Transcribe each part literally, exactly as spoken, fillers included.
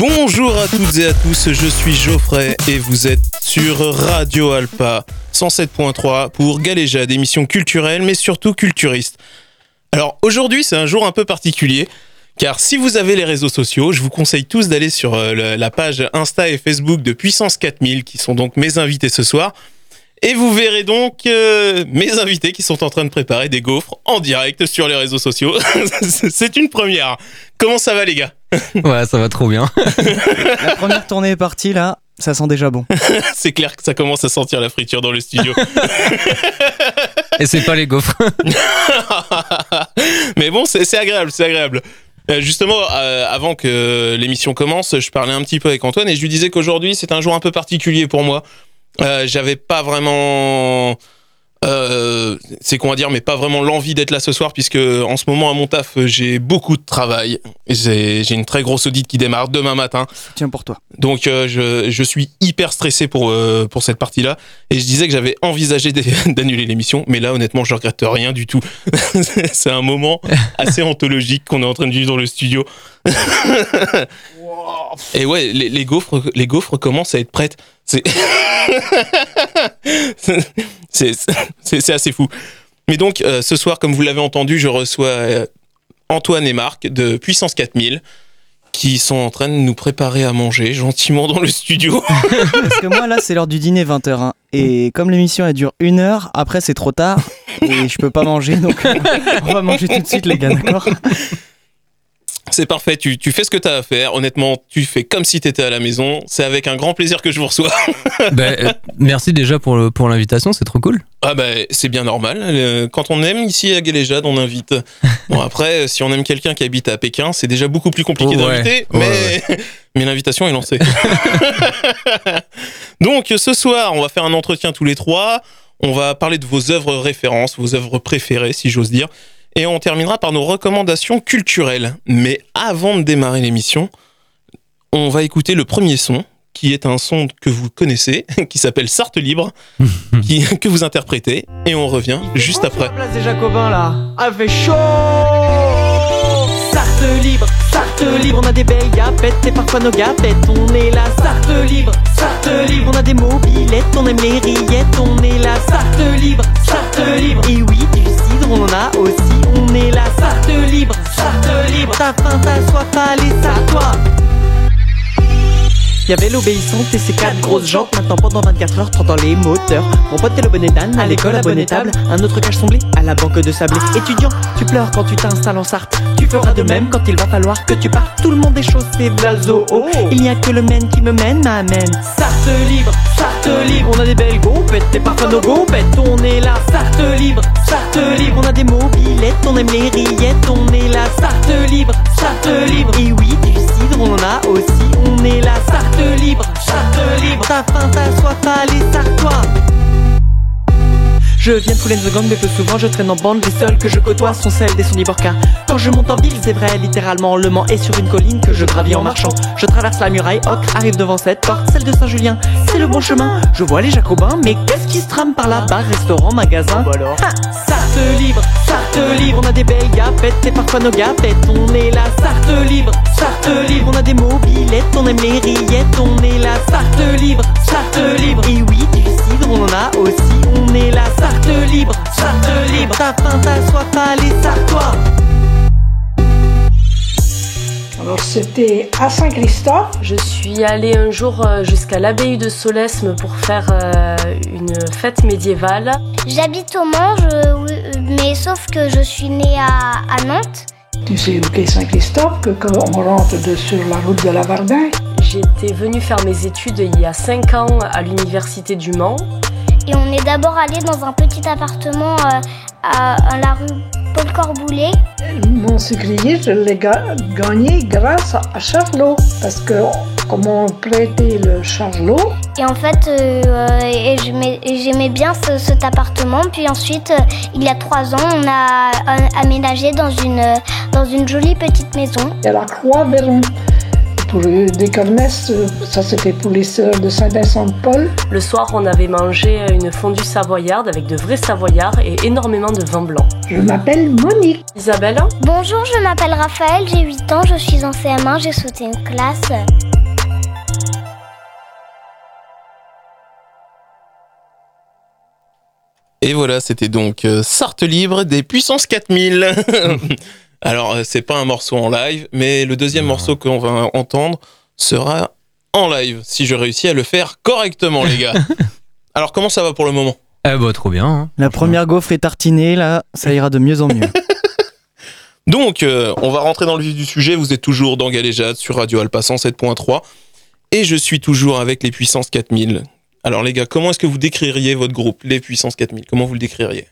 Bonjour à toutes et à tous, je suis Geoffrey et vous êtes sur Radio Alpa cent sept point trois pour Galéjade, émission culturelle mais surtout culturiste. Alors aujourd'hui c'est un jour un peu particulier car si vous avez les réseaux sociaux, je vous conseille tous d'aller sur euh, la page Insta et Facebook de Puissance quatre mille qui sont donc mes invités ce soir. Et vous verrez donc euh, mes invités qui sont en train de préparer des gaufres en direct sur les réseaux sociaux. C'est une première. Comment ça va les gars ? Ouais, ça va trop bien. La première tournée est partie là, ça sent déjà bon. C'est clair que ça commence à sentir la friture dans le studio. Et c'est pas les gaufres. Mais bon, c'est, c'est agréable, c'est agréable. Euh, justement, euh, avant que l'émission commence, je parlais un petit peu avec Antoine et je lui disais qu'aujourd'hui c'est un jour un peu particulier pour moi. Euh, j'avais pas vraiment euh, c'est qu'on va dire mais pas vraiment l'envie d'être là ce soir puisque en ce moment à mon taf j'ai beaucoup de travail et j'ai, j'ai une très grosse audite qui démarre demain matin. Tiens pour toi. Donc euh, je, je suis hyper stressé pour, euh, pour cette partie-là et je disais que j'avais envisagé d'annuler l'émission mais là honnêtement je regrette rien du tout. C'est un moment assez anthologique qu'on est en train de vivre dans le studio. Et ouais, les, les gaufres, les gaufres commencent à être prêtes. C'est, c'est, c'est, c'est assez fou. Mais donc, euh, ce soir, comme vous l'avez entendu, je reçois euh, Antoine et Marc de Puissance quatre mille qui sont en train de nous préparer à manger gentiment dans le studio. Parce que moi, là, c'est l'heure du dîner, vingt heures. Hein. Et comme l'émission, elle dure une heure, après, c'est trop tard. Et je peux pas manger, donc euh, on va manger tout de suite, les gars, d'accord ? C'est parfait, tu, tu fais ce que tu as à faire. Honnêtement, tu fais comme si tu étais à la maison. C'est avec un grand plaisir que je vous reçois. bah, euh, merci déjà pour, le, pour l'invitation, c'est trop cool. Ah bah, c'est bien normal. Euh, quand on aime ici à Galéjade, on invite. Bon après, si on aime quelqu'un qui habite à Pékin, c'est déjà beaucoup plus compliqué oh, d'inviter. Ouais. Mais, ouais, ouais. mais l'invitation est lancée. Donc ce soir, on va faire un entretien tous les trois. On va parler de vos œuvres références, vos œuvres préférées, si j'ose dire. Et on terminera par nos recommandations culturelles. Mais avant de démarrer l'émission, on va écouter le premier son, qui est un son que vous connaissez, qui s'appelle Sarthe Libre, qui, que vous interprétez, et on revient juste après. La place des Jacobins là, ah fait chaud. Sarthe Libre, Sarthe Libre, on a des belles gapettes et parfois nos gapettes. On est là, Sarthe Libre, Sarthe Libre, on a des mobilettes, on aime les rillettes. On est là, Sarthe Libre, Sarthe Libre, et oui, du cidre on en a aussi. On est là, Sarthe Libre, Sarthe Libre, ta faim, ta soif, allez, sarre-toi. Y'avait l'obéissante et ses quatre grosses jantes. Maintenant pendant vingt-quatre heures, t'entends les moteurs. Mon pote est le bonnet d'âne, à l'école à bonnet table. Un autre cache son blé, à la banque de sablé. Étudiant, tu pleures quand tu t'installes en Sarthe. Tu feras de même quand il va falloir que tu partes. Tout le monde est chaussé, blazo, oh. Il n'y a que le mène qui me mène, m'amène. Sarthe libre, Sarthe libre, on a des belles gompettes et parfois nos gompettes. On est là, Sarthe libre, Sarthe libre, on a des mobilettes, on aime les rillettes. On est là, Sarthe libre, Sarthe libre, et oui, du cidre on en a aussi. On est là, Sarthe libre, Sarthe libre, ta faim, ta soif, allez, sarre-toi. Je viens de Foulen the Gang mais peu souvent je traîne en bande. Les seuls que je côtoie sont celles des Sony-Borca. Quand je monte en ville c'est vrai littéralement, le Mans est sur une colline que je gravis en marchant. Je traverse la muraille, ocre, arrive devant cette porte, celle de Saint-Julien. C'est le bon chemin, je vois les Jacobins. Mais qu'est-ce qui se trame par là? Bar, restaurant, magasin. Bah alors. Ha, Sarthe libre, Sarthe libre, on a des belles gapettes et parfois nos gapettes. On est là, Sarthe libre, Sarthe libre, on a des mobilettes, on aime les rillettes. On est là, Sarthe libre, Sarthe libre, et oui, du cidre on en a aussi. On est là, Sarthe libre, Sarthe libre, ta faim, ta soif, allez, sarre-toi. Alors c'était à Saint-Christophe. Je suis allée un jour jusqu'à l'abbaye de Solesmes pour faire euh, une fête médiévale. J'habite au Mans, je, mais sauf que je suis née à, à Nantes. Tu sais où qu'est Saint-Christophe, que quand on rentre de, sur la route de la Vardin. J'étais venue faire mes études il y a cinq ans à l'université du Mans. Et on est d'abord allé dans un petit appartement euh, à, à la rue Paul Corboulet. Mon sucrier, je l'ai ga- gagné grâce à Charlot. Parce que, comme on prêtait le Charlot. Et en fait, euh, et j'aimais, et j'aimais bien ce, cet appartement. Puis ensuite, euh, il y a trois ans, on a euh, aménagé dans une, dans une jolie petite maison. Et la Croix-Véron. pour euh, des kermesses, euh, ça c'était pour les sœurs de Saint-Vincent-de-Paul. Le soir, on avait mangé une fondue savoyarde avec de vrais savoyards et énormément de vin blanc. Je m'appelle Monique. Isabelle? Bonjour, je m'appelle Raphaël, j'ai huit ans, je suis en C M un, j'ai sauté une classe. Et voilà, c'était donc euh, Sarthe Libre des Puissance quatre mille. Alors, euh, c'est pas un morceau en live, mais le deuxième Non. morceau qu'on va entendre sera en live, si je réussis à le faire correctement, les gars. Alors, comment ça va pour le moment? Eh bah, trop bien. Hein. La première gaufre est tartinée, là, ça ira de mieux en mieux. Donc, euh, on va rentrer dans le vif du sujet. Vous êtes toujours dans Galéjade sur Radio Alpa cent sept point trois. Et je suis toujours avec les Puissance quatre mille. Alors, les gars, comment est-ce que vous décririez votre groupe, les Puissance quatre mille? Comment vous le décririez?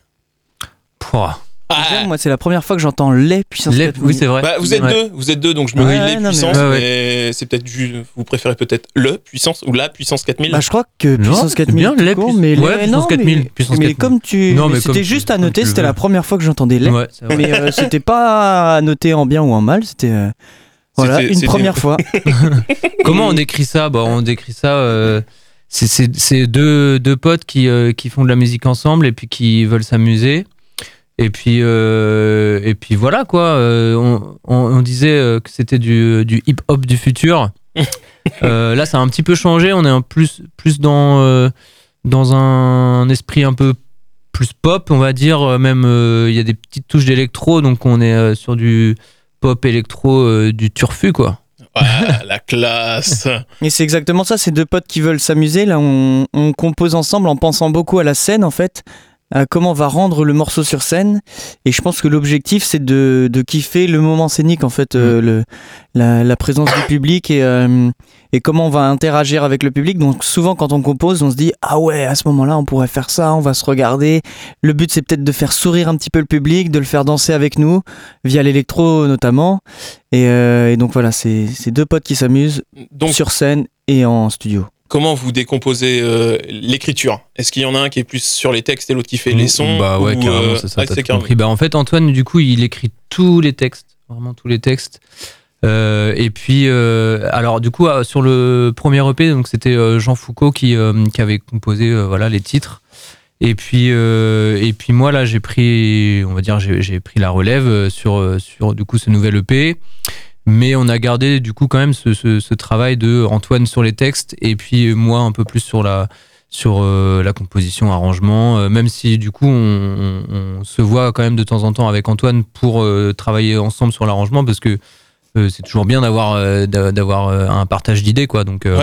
Pouah. Déjà, moi, c'est la première fois que j'entends les puissances Les- quatre mille. Oui, c'est vrai. Bah, vous êtes Ouais. deux, vous êtes deux, donc je me Ouais, dis les non, mais- puissances, mais, Ouais, ouais. c'est peut-être juste, vous préférez peut-être le puissance ou la puissance quatre mille. Bah, je crois que Non, puissance c'est quatre mille, bien, tout les court, puiss- mais ouais, les- puissance non, quatre mille, mais- puissance mais quatre mille. comme tu, Non, mais mais c'était comme juste tu- à comme noter, tu le c'était veux. la première fois que j'entendais les, Ouais, c'est vrai. mais euh, c'était pas à noter en bien ou en mal, c'était euh, voilà C'était- une c'était- première fois. Comment on décrit ça? Bah, on décrit ça. Euh, c'est, c'est, c'est deux, deux potes qui, euh, qui font de la musique ensemble et puis qui veulent s'amuser. Et puis, euh, et puis voilà quoi. Euh, on, on, on disait euh, que c'était du, du hip-hop du futur. Euh, là, ça a un petit peu changé. On est un plus, plus dans, euh, dans un esprit un peu plus pop, on va dire. Même euh, il y a des petites touches d'électro, donc on est euh, sur du pop électro euh, du turfu quoi. Ouais, la classe. Et c'est exactement ça, ces deux potes qui veulent s'amuser, là on, on compose ensemble en pensant beaucoup à la scène en fait, à comment on va rendre le morceau sur scène, et je pense que l'objectif c'est de, de kiffer le moment scénique en fait, euh, le, la, la présence du public et, euh, et comment on va interagir avec le public. Donc souvent quand on compose on se dit ah ouais à ce moment là on pourrait faire ça, on va se regarder, le but c'est peut-être de faire sourire un petit peu le public, de le faire danser avec nous via l'électro notamment, et, euh, et donc voilà c'est, c'est deux potes qui s'amusent Donc, sur scène et en studio. comment vous décomposez euh, l'écriture? Est-ce qu'il y en a un qui est plus sur les textes et l'autre qui fait les sons? Bah ouais, ou, carrément, euh, c'est ça, ah, t'as c'est tout carrément. compris. Bah en fait, Antoine, du coup, il écrit tous les textes, vraiment tous les textes. Euh, et puis, euh, alors du coup, euh, sur le premier E P, donc c'était euh, Jean Foucault qui, euh, qui avait composé euh, voilà, les titres. Et puis, euh, et puis moi, là, j'ai pris, on va dire, j'ai, j'ai pris la relève euh, sur, euh, sur du coup, ce nouvel E P. Mais on a gardé du coup quand même ce, ce, ce travail de Antoine sur les textes et puis moi un peu plus sur la, sur, euh, la composition, arrangement, euh, même si du coup on, on, on se voit quand même de temps en temps avec Antoine pour euh, travailler ensemble sur l'arrangement parce que euh, c'est toujours bien d'avoir, euh, d'avoir euh, un partage d'idées quoi. Donc, euh, Ouais.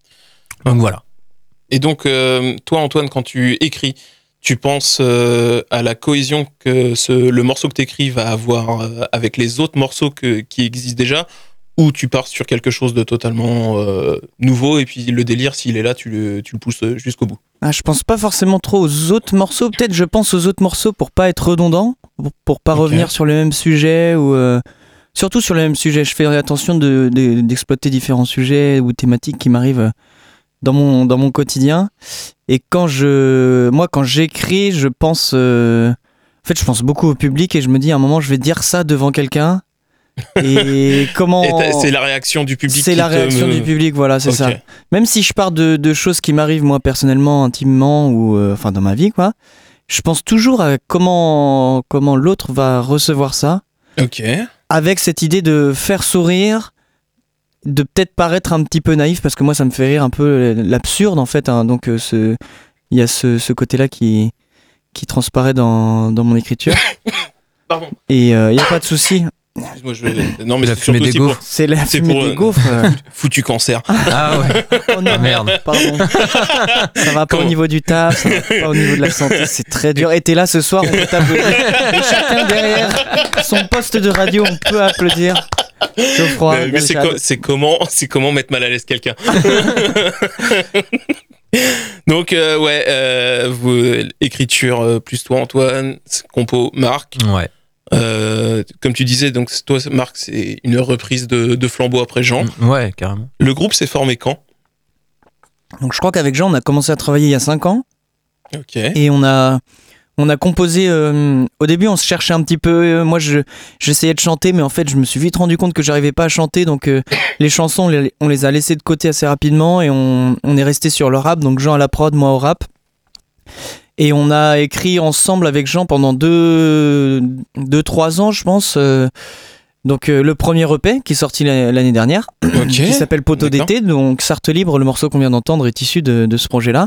donc voilà. Et donc, euh, toi, Antoine, quand tu écris, tu penses euh, à la cohésion que ce, le morceau que tu écris va avoir euh, avec les autres morceaux que, qui existent déjà, ou tu pars sur quelque chose de totalement euh, nouveau et puis le délire, s'il est là, tu le, tu le pousses jusqu'au bout? Ah, je pense pas forcément trop aux autres morceaux. Peut-être je pense aux autres morceaux pour pas être redondant, pour, pour pas Ok. revenir sur le même sujet ou euh, surtout sur le même sujet. Je fais attention de, de- d'exploiter différents sujets ou thématiques qui m'arrivent dans mon dans mon quotidien. Et quand je moi quand j'écris, je pense euh, en fait je pense beaucoup au public et je me dis à un moment je vais dire ça devant quelqu'un et comment Et t'as- c'est la réaction du public. c'est qui la te réaction me- du public, voilà, c'est Ok. ça. Même si je pars de, de choses qui m'arrivent moi personnellement, intimement ou euh, enfin dans ma vie quoi, je pense toujours à comment comment l'autre va recevoir ça, Ok. avec cette idée de faire sourire, de peut-être paraître un petit peu naïf parce que moi ça me fait rire un peu l'absurde en fait. Hein, donc euh, ce il y a ce, ce côté-là qui qui transparaît dans dans mon écriture Pardon. et il euh, y a pas de souci. Excuse-moi, je vais... Non, mais La c'est fumée surtout des aussi pour gaufres. C'est la C'est fumée pour, des euh, gaufres. euh. foutu cancer. Ah ouais. Oh non, Ah, merde. Pardon. Ça va pas Comment au niveau du taf, ça va pas au niveau de la santé, c'est très dur. Et t'es là ce soir, on peut t'applaudir. Et chacun derrière son poste de radio, on peut applaudir. Geoffroy, Euh, mais c'est, Galjad. co- c'est comment, c'est comment mettre mal à l'aise quelqu'un. Donc euh, ouais, euh, vous, écriture euh, plus toi Antoine, compo Marc. Ouais. Euh, comme tu disais, donc toi Marc, c'est une reprise de, de Flambeau après Jean. Ouais, carrément. Le groupe s'est formé quand? Donc je crois qu'avec Jean, on a commencé à travailler il y a cinq ans. Ok. Et on a, On a composé. Euh, au début, on se cherchait un petit peu. Euh, moi, je, j'essayais de chanter, mais en fait, je me suis vite rendu compte que j'arrivais pas à chanter. Donc, euh, les chansons, on les, on les a laissées de côté assez rapidement et on, on est resté sur le rap. Donc, Jean à la prod, moi au rap. Et on a écrit ensemble avec Jean pendant deux, deux trois ans, je pense. Euh, donc, euh, le premier E P qui est sorti l'année dernière, okay. qui s'appelle Poteau D'accord. d'été. Donc, Sarthe Libre, le morceau qu'on vient d'entendre, est issu de, de ce projet-là.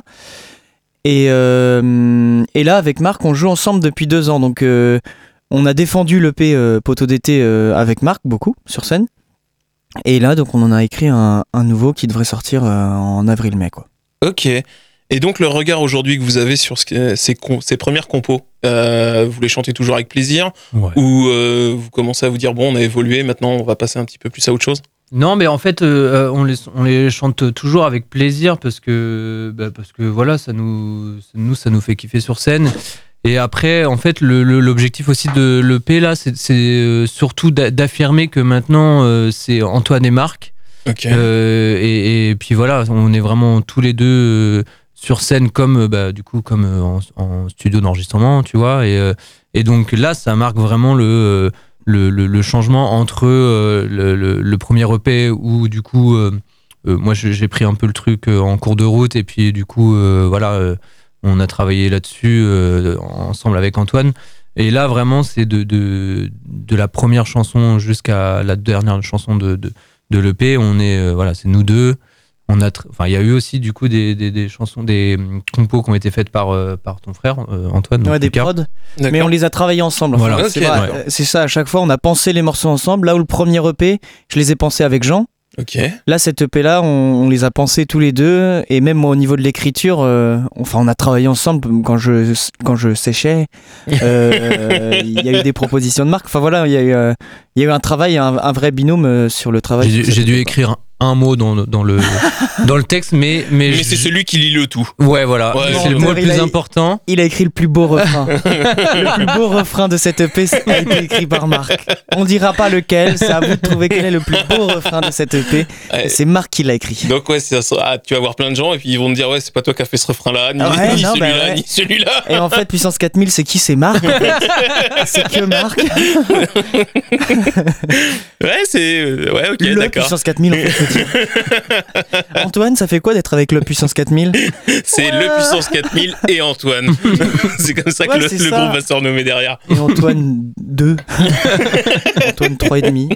Et, euh, et là, avec Marc, on joue ensemble depuis deux ans. Donc, euh, on a défendu l'E P euh, Poteau d'été euh, avec Marc, beaucoup, sur scène. Et là, donc, on en a écrit un, un nouveau qui devrait sortir euh, en avril-mai, quoi. Ok. Et donc, le regard aujourd'hui que vous avez sur ce, ces, ces premières compos, euh, vous les chantez toujours avec plaisir, ouais. ou euh, vous commencez à vous dire, bon, on a évolué, maintenant, on va passer un petit peu plus à autre chose ? Non, mais en fait, euh, on, les, on les chante toujours avec plaisir parce que, bah, parce que voilà, ça nous, nous, ça nous fait kiffer sur scène. Et après, en fait, le, le, l'objectif aussi de l'E P, là, c'est, c'est surtout d'affirmer que maintenant, euh, c'est Antoine et Marc. Okay. Euh, et, et puis voilà, on est vraiment tous les deux euh, sur scène comme, bah, du coup, comme en, en studio d'enregistrement, tu vois. Et, euh, et donc là, ça marque vraiment le... Euh, Le, le, le changement entre euh, le, le, le premier E P où du coup euh, euh, moi j'ai pris un peu le truc euh, en cours de route et puis du coup euh, voilà euh, on a travaillé là-dessus euh, ensemble avec Antoine et là vraiment c'est de, de, de la première chanson jusqu'à la dernière chanson de, de, de l'E P on est euh, voilà c'est nous deux. On a, enfin, il y a eu aussi du coup des, des, des chansons, des compos qui ont été faites par euh, par ton frère euh, Antoine. Ouais, des prods. Mais on les a travaillés ensemble. Enfin, voilà. c'est, okay, vrai, euh, c'est ça. À chaque fois, on a pensé les morceaux ensemble. Là où le premier E P, je les ai pensés avec Jean. Ok. Là, cette E P là, on, on les a pensés tous les deux. Et même moi, au niveau de l'écriture, euh, enfin, on a travaillé ensemble quand je quand je séchais. Euh, il y a eu des propositions de Marc. Enfin voilà, il y a eu euh, il y a eu un travail, un, un vrai binôme euh, sur le travail. J'ai, j'ai dû écrire un un mot dans, dans, le, dans le texte, mais... Mais, mais je... c'est celui qui lit le tout. Ouais, voilà, ouais, c'est le mot le plus a, important. Il a écrit le plus beau refrain. Le plus beau refrain de cette E P a été écrit par Marc. On dira pas lequel, c'est à vous de trouver quel est le plus beau refrain de cette E P. Ouais. C'est Marc qui l'a écrit. Donc ouais, c'est ça, ah, tu vas voir plein de gens et puis ils vont te dire ouais, c'est pas toi qui as fait ce refrain-là, ni, ouais, ni non, celui-là, bah ouais. ni celui-là. Et en fait, Puissance quatre mille, c'est qui? C'est Marc. En fait. C'est que Marc. Ouais, c'est... Ouais, ok, le d'accord. Puissance quatre mille, en fait, faut dire. Antoine, ça fait quoi d'être avec le Puissance quatre mille? C'est le Puissance quatre mille et Antoine. C'est comme ça ouais, que le, le groupe va se renommer derrière. Et Antoine deux. Antoine trois et demi.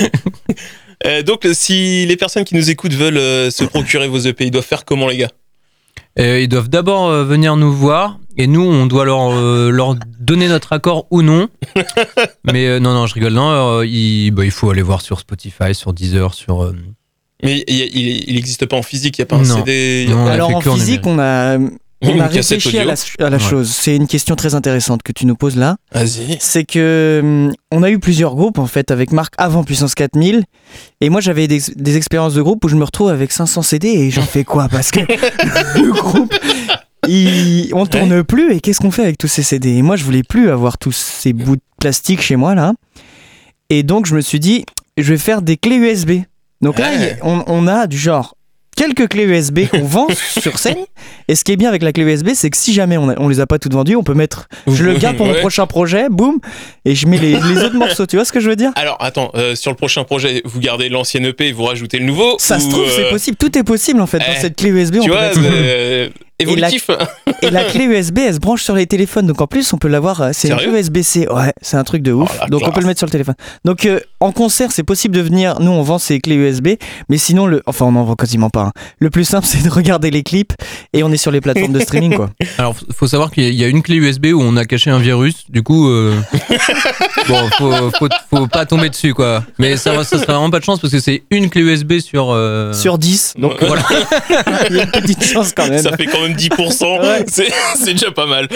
Euh, donc, si les personnes qui nous écoutent veulent euh, se procurer vos E P, ils doivent faire comment, les gars? euh, Ils doivent d'abord euh, venir nous voir et nous, on doit leur, euh, leur donner notre accord ou non. Mais euh, non, non, je rigole. Non, euh, il, bah, il faut aller voir sur Spotify, sur Deezer, sur... Euh... Mais il n'existe pas en physique, il n'y a pas un non. C D. Non, alors en physique, on a, on a réfléchi à la, à la ouais. chose. C'est une question très intéressante que tu nous poses là. Vas-y. C'est que on a eu plusieurs groupes en fait avec Marc avant Puissance quatre mille, et moi j'avais des, des expériences de groupe où je me retrouve avec cinq cents C D et j'en fais quoi? Parce que le groupe, il, on tourne ouais. plus et qu'est-ce qu'on fait avec tous ces C D? Et moi je voulais plus avoir tous ces bouts de plastique chez moi là, et donc je me suis dit je vais faire des clés U S B. Donc là, ouais. on, on a du genre quelques clés U S B qu'on vend sur scène. Et ce qui est bien avec la clé U S B, c'est que si jamais on, a, on les a pas toutes vendues, on peut mettre. Je le garde pour ouais. mon prochain projet, boum, et je mets les, les autres morceaux. Tu vois ce que je veux dire? Alors attends, euh, sur le prochain projet, vous gardez l'ancienne E P et vous rajoutez le nouveau? Ça ou se trouve, euh... c'est possible. Tout est possible en fait. Eh, dans cette clé U S B, tu on vois, peut mettre. Euh... évolutif. Et la, et la clé U S B, elle se branche sur les téléphones. Donc en plus, on peut l'avoir. C'est une clé U S B C. Ouais, c'est un truc de ouf. Oh, donc classe. On peut le mettre sur le téléphone. Donc euh, en concert, c'est possible de venir. Nous, on vend ces clés U S B. Mais sinon, le, enfin, on en vend quasiment pas. Hein. Le plus simple, c'est de regarder les clips. Et on est sur les plateformes de streaming, quoi. Alors, faut savoir qu'il y a une clé U S B où on a caché un virus. Du coup, euh... bon, faut, faut, faut pas tomber dessus, quoi. Mais ça, ça serait vraiment pas de chance parce que c'est une clé U S B sur. Euh... Sur dix. Donc ouais. voilà. Il y a une petite chance quand même. Ça fait quand même dix pour cent. Ouais. C'est, c'est déjà pas mal.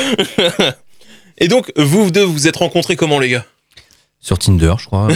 Et donc, vous deux, vous êtes rencontrés comment, les gars? Sur Tinder, je crois.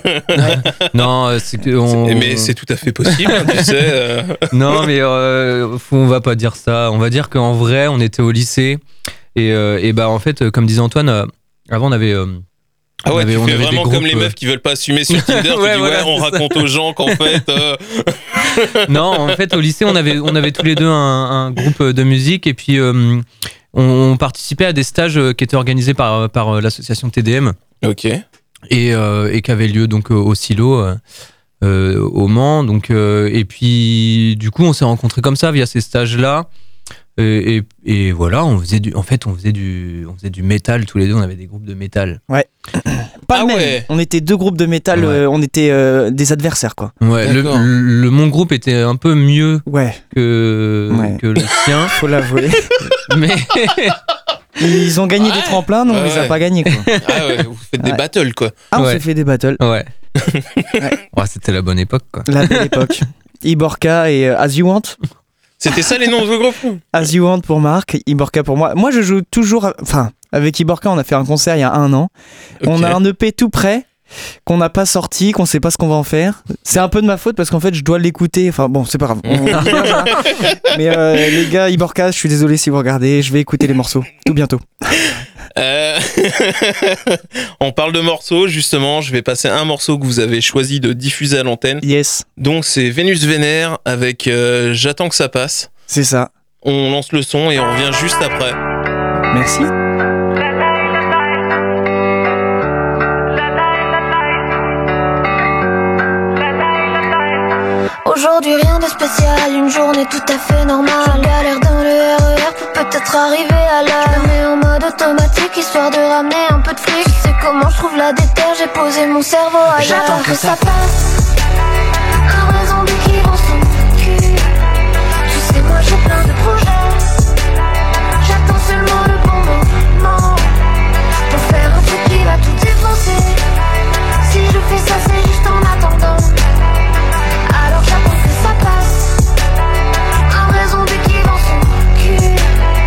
Non, c'est que on... Mais c'est tout à fait possible, hein, tu sais. Euh... Non, mais euh, faut, on va pas dire ça. On va dire qu'en vrai, on était au lycée et, euh, et bah en fait, comme disait Antoine, euh, avant on avait. Euh, ah ouais, on avait, tu on fais avait vraiment groupes, comme les meufs qui veulent pas assumer sur Tinder. ouais, tu dis voilà, ouais, on raconte ça. Aux gens qu'en fait. Euh... Non, en fait, au lycée, on avait, on avait tous les deux un, un groupe de musique et puis. Euh, on, on participait à des stages qui étaient organisés par, par l'association T D M. Ok. Et, euh, et qui avaient lieu donc au silo euh, au Mans. Donc, euh, et puis, du coup, on s'est rencontrés comme ça via ces stages-là. Et, et, et voilà, on faisait du, en fait, on faisait du, on faisait du métal tous les deux. On avait des groupes de métal. Ouais. Pas ah le même. Ouais. On était deux groupes de métal. Ouais. Euh, on était euh, des adversaires, quoi. Ouais. Le, le, le, mon groupe était un peu mieux ouais. que ouais. que le sien. Faut l'avouer. Mais ils ont gagné ouais. des tremplins, non, ouais, on les a ouais. pas gagnés, quoi. Ah ouais, vous faites des ouais. battles, quoi. Ah, on ouais. s'est fait des battles. Ouais. ouais. Ouais, c'était la bonne époque, quoi. La belle époque. Iborka et euh, As You Want. C'était ça les noms de vos groupes? As You Want pour Marc, Iborka pour moi. Moi, je joue toujours. Enfin, avec Iborka, on a fait un concert il y a un an. Okay. On a un E P tout prêt qu'on n'a pas sorti, qu'on sait pas ce qu'on va en faire. C'est un peu de ma faute parce qu'en fait, je dois l'écouter. Enfin bon, c'est pas grave. On... Mais euh, les gars, Iborka, je suis désolé si vous regardez. Je vais écouter les morceaux tout bientôt. Euh... On parle de morceaux, justement. Je vais passer un morceau que vous avez choisi de diffuser à l'antenne. Yes. Donc c'est Vénus Vénère avec euh, J'attends que ça passe. C'est ça. On lance le son et on revient juste après. Merci. Aujourd'hui rien de spécial, une journée tout à fait normale. Je galère dans le R E R pour peut-être arriver à l'heure. Je me mets en mode automatique histoire de ramener un peu de fric. Tu sais comment je trouve la déterre, j'ai posé mon cerveau ailleurs. J'attends que ça passe, un vrai zombie qui vend son cul. Tu sais moi j'ai plein de projets, j'attends seulement le bon moment pour faire un truc qui va tout défoncer. Si je fais ça c'est juste en attendant. Alors j'attends que ça passe, un vrai zombie qui vend son cul.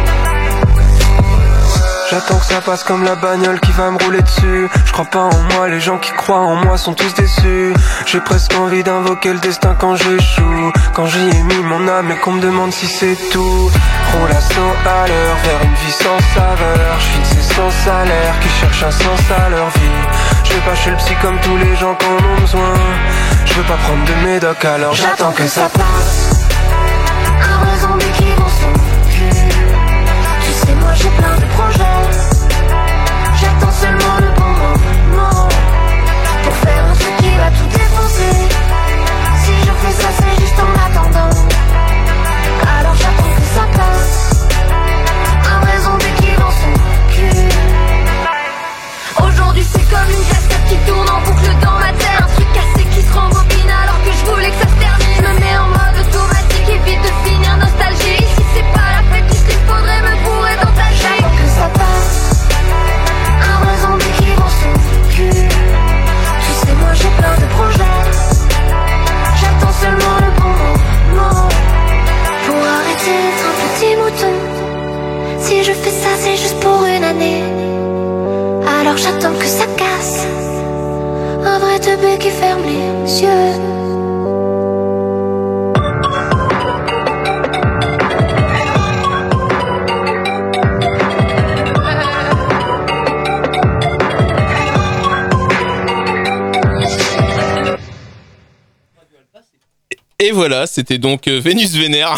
J'attends que ça passe comme la bagnole qui va me rouler dessus. Je crois pas en moi, les gens qui croient en moi sont tous déçus. J'ai presque envie d'invoquer le destin quand j'échoue. Quand j'y ai mis mon âme et qu'on me demande si c'est tout. Roule à cent à l'heure vers une vie sans saveur. Je fixé sans salaire, qui cherchent un sens à leur vie. Je vais pas chez le psy comme tous les gens qui en ont besoin. Je veux pas prendre de médoc alors j'attends que ça passe, un vrai zombie qui vend son cul. Tu sais moi j'ai plein de projets, j'attends seulement le bon moment pour faire un truc qui va tout défoncer. Si je fais ça c'est juste en attendant. Alors j'attends que ça passe, un vrai zombie qui vend son cul. Aujourd'hui c'est comme une casquette qui tourne en boucle dans ma tête. Un truc cassé qui se rembobine alors que je voulais que ça se termine. Je me mets en mode automatique, évite de finir nostalgie. Si c'est pas la fête, qu'est-ce qu'il faudrait me bourrer dans ta vie. J'attends que ça passe, un vrai zombie qui vend son cul. Tu sais moi j'ai plein de projets, j'attends seulement le bon moment pour arrêter d'être un petit mouton. Si je fais ça c'est juste pour une année. Alors j'attends que ça casse, un vrai teubé qui ferme les yeux. Et voilà, c'était donc euh, Vénus Vénère.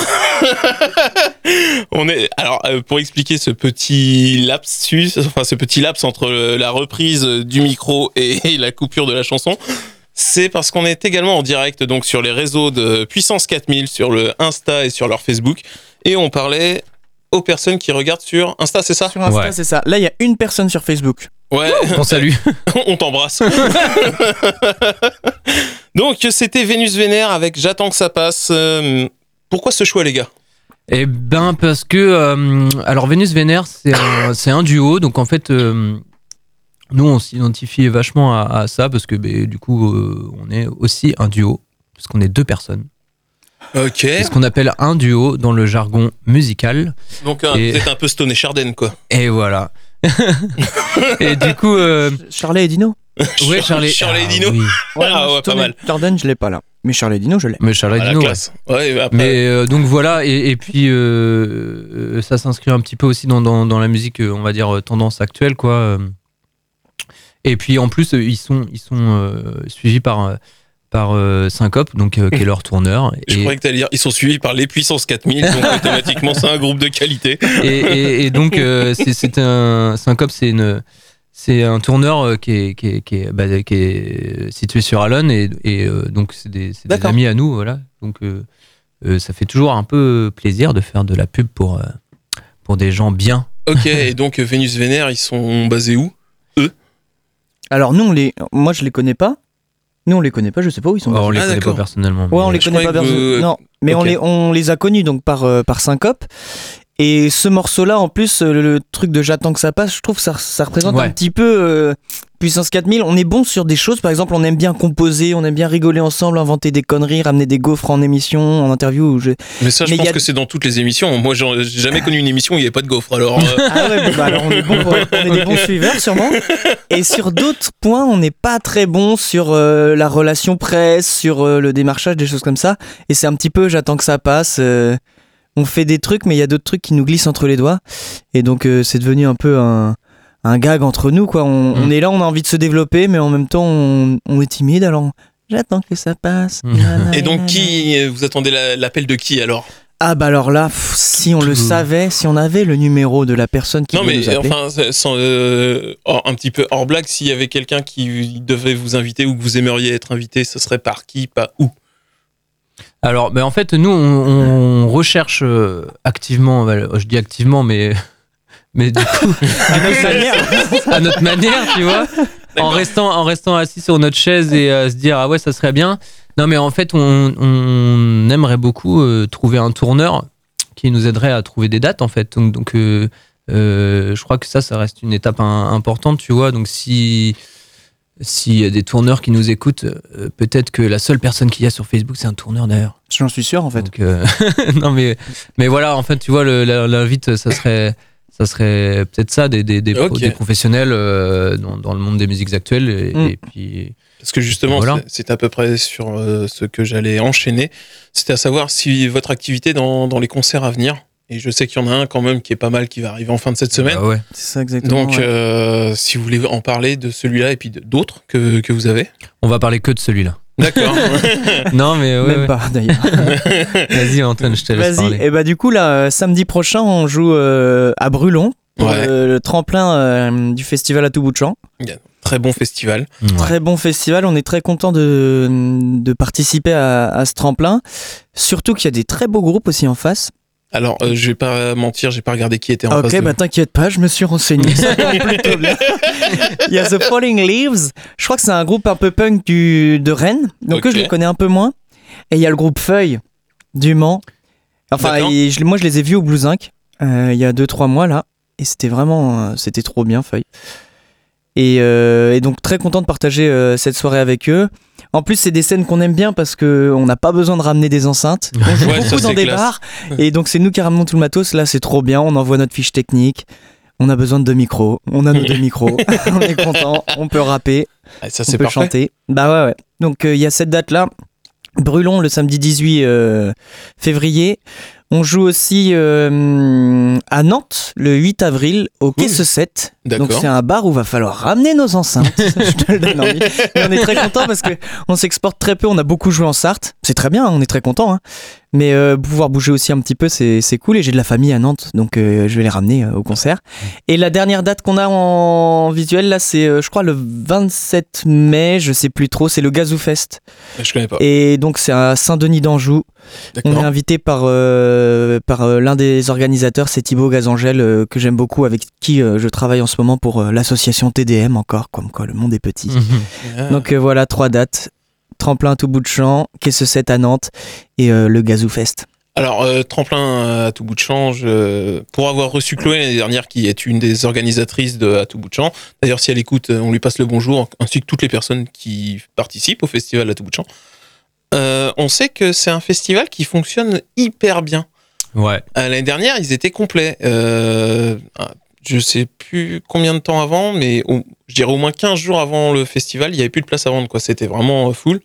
On est alors euh, pour expliquer ce petit lapsus, enfin ce petit laps entre euh, la reprise du micro et, et la coupure de la chanson, c'est parce qu'on est également en direct donc sur les réseaux de Puissance quatre mille, sur le Insta et sur leur Facebook, et on parlait aux personnes qui regardent sur Insta, c'est ça ? Sur Insta, ouais. C'est ça. Là, il y a une personne sur Facebook. Ouais. On salue. On t'embrasse. Donc, c'était Vénus Vénère avec J'attends que ça passe. Euh, pourquoi ce choix, les gars ? Eh ben, parce que... Euh, alors, Vénus Vénère, c'est un, c'est un duo. Donc, en fait, euh, nous, on s'identifie vachement à, à ça parce que, bah, du coup, euh, on est aussi un duo. Parce qu'on est deux personnes. Ok. C'est ce qu'on appelle un duo dans le jargon musical. Donc, un, et... vous êtes un peu Stone et Chardin, quoi. Et voilà. Et du coup... Euh... Charlie et Dino. Ouais, Charlie. Charlie et Dino. Ah, oui. Ouais, ah ouais, pas mal. Jordan, je l'ai pas là. Mais Charlie et Dino, je l'ai. Mais Charlie et Ah, Dino, la classe. Ouais. Ouais, après... Mais euh, donc voilà, et, et puis euh, ça s'inscrit un petit peu aussi dans, dans, dans la musique, on va dire, tendance actuelle, quoi. Et puis en plus, ils sont, ils sont euh, suivis par, par euh, Syncope, donc euh, qui est leur tourneur. Je et... croyais que t'allais dire, ils sont suivis par les Puissance quatre mille, donc automatiquement c'est un groupe de qualité. Et, et, et donc euh, c'est, c'est un Syncope, c'est une c'est un tourneur qui est qui est qui est, bah, qui est situé sur Alonne et, et euh, donc c'est des, c'est des amis à nous, voilà. Donc euh, euh, ça fait toujours un peu plaisir de faire de la pub pour euh, pour des gens bien. Ok, et donc Vénus Vénère, ils sont basés où, eux? Alors nous, on les, moi je les connais pas. Nous on les connaît pas, je sais pas où ils sont. Oh, on les ah, connaît d'accord. pas personnellement. Ouais, on les je connaît pas croyais que personnellement. vous- Non, mais Ok. on les on les a connus donc par euh, par Syncope. Et ce morceau-là, en plus, euh, le, le truc de J'attends que ça passe, je trouve que ça, ça représente Ouais. un petit peu euh, Puissance quatre mille. On est bon sur des choses, par exemple, on aime bien composer, on aime bien rigoler ensemble, inventer des conneries, ramener des gaufres en émission, en interview. Où je... Mais ça, je Mais pense y a- que c'est dans toutes les émissions. Moi, j'en- j'ai jamais connu une émission où il n'y avait pas de gaufre. Alors, euh, Ah ouais, bah alors on est, bon pour- on est des bons suiveurs sûrement. Et sur d'autres points, on n'est pas très bon sur euh, la relation presse, sur euh, le démarchage, des choses comme ça. Et c'est un petit peu, j'attends que ça passe. euh, on fait des trucs, mais il y a d'autres trucs qui nous glissent entre les doigts. Et donc euh, c'est devenu un peu un, un gag entre nous, quoi. On, Mm. on est là, on a envie de se développer, mais en même temps, on, on est timide. Alors j'attends que ça passe. Mm. Nanana. et donc, qui vous attendez la- l'appel de qui alors? Ah bah alors là, pff, si on le Tout. savait, si on avait le numéro de la personne qui Non, veut mais nous appeler. enfin, c'est- sans, euh, hors- un petit peu hors blague, s'il y avait quelqu'un qui devait vous inviter ou que vous aimeriez être invité, ce serait par qui, pas où? Alors, ben en fait, nous, on, on recherche euh, activement, bah, je dis activement, mais, mais du coup, À notre manière. à notre manière, tu vois, en restant, en restant assis sur notre chaise et à se dire, ah ouais, ça serait bien. Non, mais en fait, on, on aimerait beaucoup euh, trouver un tourneur qui nous aiderait à trouver des dates, en fait. Donc, donc euh, euh, je crois que ça, ça reste une étape un- importante, tu vois. Donc, si. S'il y a des tourneurs qui nous écoutent, euh, peut-être que la seule personne qu'il y a sur Facebook, c'est un tourneur d'ailleurs. J'en suis sûr en fait. Donc, euh, non mais, mais voilà, en fait, tu vois, le- la- l'invite, ça serait, ça serait peut-être ça, des, des, des, pro- Ok. des professionnels euh, dans, dans le monde des musiques actuelles. Et, Mm. et puis, Parce que justement, Voilà. c'est- c'est à peu près sur euh, ce que j'allais enchaîner. C'était à savoir si votre activité dans, dans les concerts à venir, et je sais qu'il y en a un quand même qui est pas mal, qui va arriver en fin de cette semaine. bah ouais. C'est ça exactement. Donc, ouais. euh, si vous voulez en parler de celui-là et puis de- d'autres que, que vous avez. On va parler que de celui-là. D'accord. Non mais ouais, Même ouais. pas d'ailleurs. Vas-y Antoine, je te laisse Vas-y. parler. Et bah du coup là, euh, samedi prochain, on joue euh, à Brulon pour Ouais. le, le tremplin euh, du festival à tout bout de champ. Très bon festival. Ouais. Très bon festival. On est très content de, de participer à, à ce tremplin. Surtout qu'il y a des très beaux groupes aussi en face. Alors, euh, je vais pas mentir, j'ai pas regardé qui était en face Ok, de bah t'inquiète pas, je me suis renseigné. Ça tombe plutôt bien. Il y a The Falling Leaves. Je crois que c'est un groupe un peu punk du, de Rennes. Donc Ok. eux, je les connais un peu moins. Et il y a le groupe Feuille du Mans. Enfin, D'accord. et je- moi, je les ai vus au Blue Zinc euh, il y a deux trois mois là. Et c'était vraiment. euh, c'était trop bien, Feuille. Et, euh, et donc, très content de partager euh, cette soirée avec eux. En plus, c'est des scènes qu'on aime bien parce qu'on n'a pas besoin de ramener des enceintes. On joue Ouais, ça, beaucoup dans c'est des classe. bars. Et donc, c'est nous qui ramenons tout le matos. Là, c'est trop bien. On envoie notre fiche technique. On a besoin de deux micros. On a nos deux micros. On est content. On peut rapper. Ah, ça, On c'est peut parfait. chanter. Bah ouais, ouais. Donc, il y a cette date-là. Brulon, le samedi dix-huit euh, février. On joue aussi euh, à Nantes le huit avril au Quai Ouh. sept. D'accord. Donc c'est un bar où va falloir ramener nos enceintes. Je te le donne envie. Mais on est très content parce que on s'exporte très peu. On a beaucoup joué en Sarthe. C'est très bien, on est très content. Hein. Mais euh, pouvoir bouger aussi un petit peu, c'est c'est cool. Et j'ai de la famille à Nantes, donc euh, je vais les ramener euh, au concert. Et la dernière date qu'on a en visuel là, c'est euh, je crois le vingt-sept mai. Je sais plus trop. C'est le Gazou Fest. Je connais pas. Et donc c'est à Saint-Denis d'Anjou. On est D'accord. invité par, euh, par euh, l'un des organisateurs, c'est Thibaut Gazangel, euh, que j'aime beaucoup, avec qui euh, je travaille en ce moment pour euh, l'association T D M encore, comme quoi le monde est petit. Ah. Donc euh, voilà, trois dates. Tremplin à tout bout de champ, Quai sept à Nantes et euh, le Gazou Fest. Alors, euh, tremplin à tout bout de champ, je- pour avoir reçu Chloé l'année dernière, qui est une des organisatrices de À tout bout de champ. D'ailleurs, si elle écoute, on lui passe le bonjour, ainsi que toutes les personnes qui participent au festival À tout bout de champ. Euh, on sait que c'est un festival qui fonctionne hyper bien. Ouais. Euh, L'année dernière, ils étaient complets. Euh, je sais plus combien de temps avant, mais au- je dirais au moins quinze jours avant le festival, il n'y avait plus de place à vendre, quoi. C'était vraiment euh, full.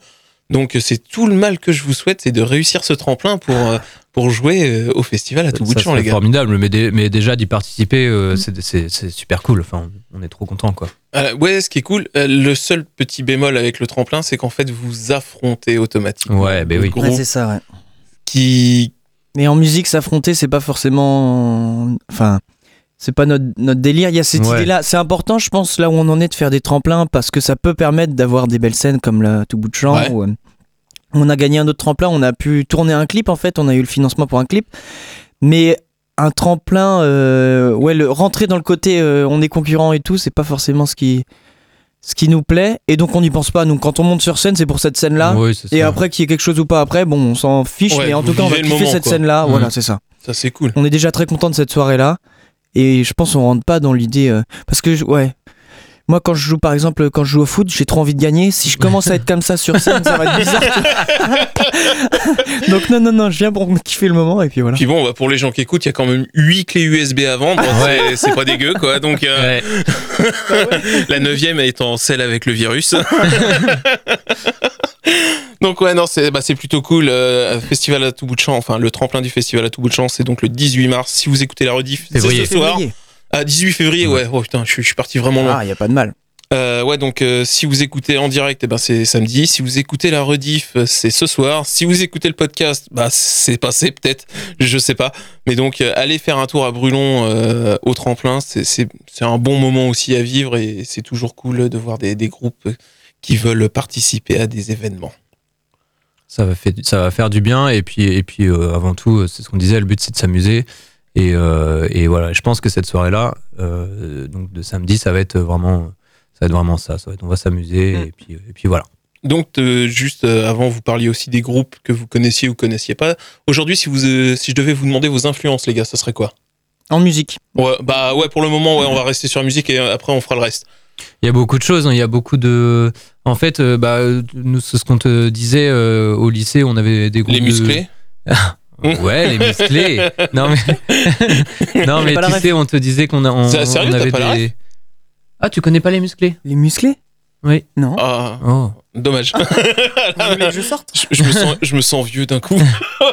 Donc c'est tout le mal que je vous souhaite, c'est de réussir ce tremplin pour euh, pour jouer euh, au festival à tout bout de champ, les gars. Formidable, mais, dé, mais déjà d'y participer, euh, mmh. c'est, c'est, c'est super cool. Enfin, on est trop content, quoi. Euh, ouais, ce qui est cool, euh, le seul petit bémol avec le tremplin, c'est qu'en fait vous affrontez automatiquement. Ouais, ben oui. Ouais, c'est ça, ouais. Qui. Mais en musique, s'affronter, c'est pas forcément, enfin. C'est pas notre, notre délire, il y a cette ouais. idée-là. C'est important, je pense, là où on en est, de faire des tremplins, parce que ça peut permettre d'avoir des belles scènes comme la Tout bout de champ. Ouais. Où, euh, on a gagné un autre tremplin, on a pu tourner un clip, en fait, on a eu le financement pour un clip. Mais un tremplin, euh, ouais, le, rentrer dans le côté euh, on est concurrent et tout, c'est pas forcément ce qui, ce qui nous plaît. Et donc on n'y pense pas. Donc quand on monte sur scène, c'est pour cette scène-là. Oui, c'est et ça. Après, qu'il y ait quelque chose ou pas après, bon, on s'en fiche. Ouais, mais en tout cas, on va kiffer moment, cette quoi. scène-là. Mmh. Voilà, c'est ça. Ça, c'est cool. On est déjà très content de cette soirée-là. Et je pense qu'on rentre pas dans l'idée euh, parce que ouais, moi quand je joue par exemple quand je joue au foot, j'ai trop envie de gagner. Si je commence à être comme ça sur scène, ça va être bizarre. Donc non non non, je viens pour me kiffer le moment et puis voilà. Puis bon, bah, pour les gens qui écoutent, il y a quand même huit clés U S B à vendre. Ouais. c'est, c'est pas dégueu quoi. Donc euh, ouais. La neuvième étant celle avec le virus. Donc ouais non c'est bah c'est plutôt cool. Euh, festival à tout bout de champ, enfin le tremplin du festival à tout bout de champ, c'est donc le dix-huit mars. Si vous écoutez la rediff, février. c'est ce soir. Ah, dix-huit février, ouais. ouais. Oh putain, je, je suis parti vraiment loin. Ah, y a pas de mal. Euh, ouais donc euh, si vous écoutez en direct, eh ben c'est samedi. Si vous écoutez la rediff, c'est ce soir. Si vous écoutez le podcast, bah c'est passé peut-être, je sais pas. Mais donc euh, allez faire un tour à Brulon euh, au tremplin, c'est c'est c'est un bon moment aussi à vivre et c'est toujours cool de voir des des groupes qui veulent participer à des événements. Ça va, fait, ça va faire du bien et puis, et puis euh, avant tout, c'est ce qu'on disait, le but c'est de s'amuser et, euh, et voilà, je pense que cette soirée-là, euh, donc de samedi, ça va être vraiment ça, va être vraiment ça, ça va être, on va s'amuser mmh. et, puis, et puis voilà. Donc euh, juste euh, avant, vous parliez aussi des groupes que vous connaissiez ou connaissiez pas. Aujourd'hui, si, vous, euh, si je devais vous demander vos influences, les gars, ça serait quoi ? En musique. Ouais, bah ouais, pour le moment, ouais, on va rester sur la musique et après on fera le reste. Il y a beaucoup de choses, hein. Il y a beaucoup de... En fait, euh, bah, nous, c'est ce qu'on te disait euh, au lycée, on avait des groupes Les musclés de... Ouais, les musclés. Non mais, non, mais tu sais, on te disait qu'on a, on, c'est sérieux, on avait t'as pas des... Ah, tu connais pas les musclés ? Les musclés ? Oui. Non. Ah, oh. Dommage. Vous voulez que je sorte ? je, je, me sens, je me sens vieux d'un coup.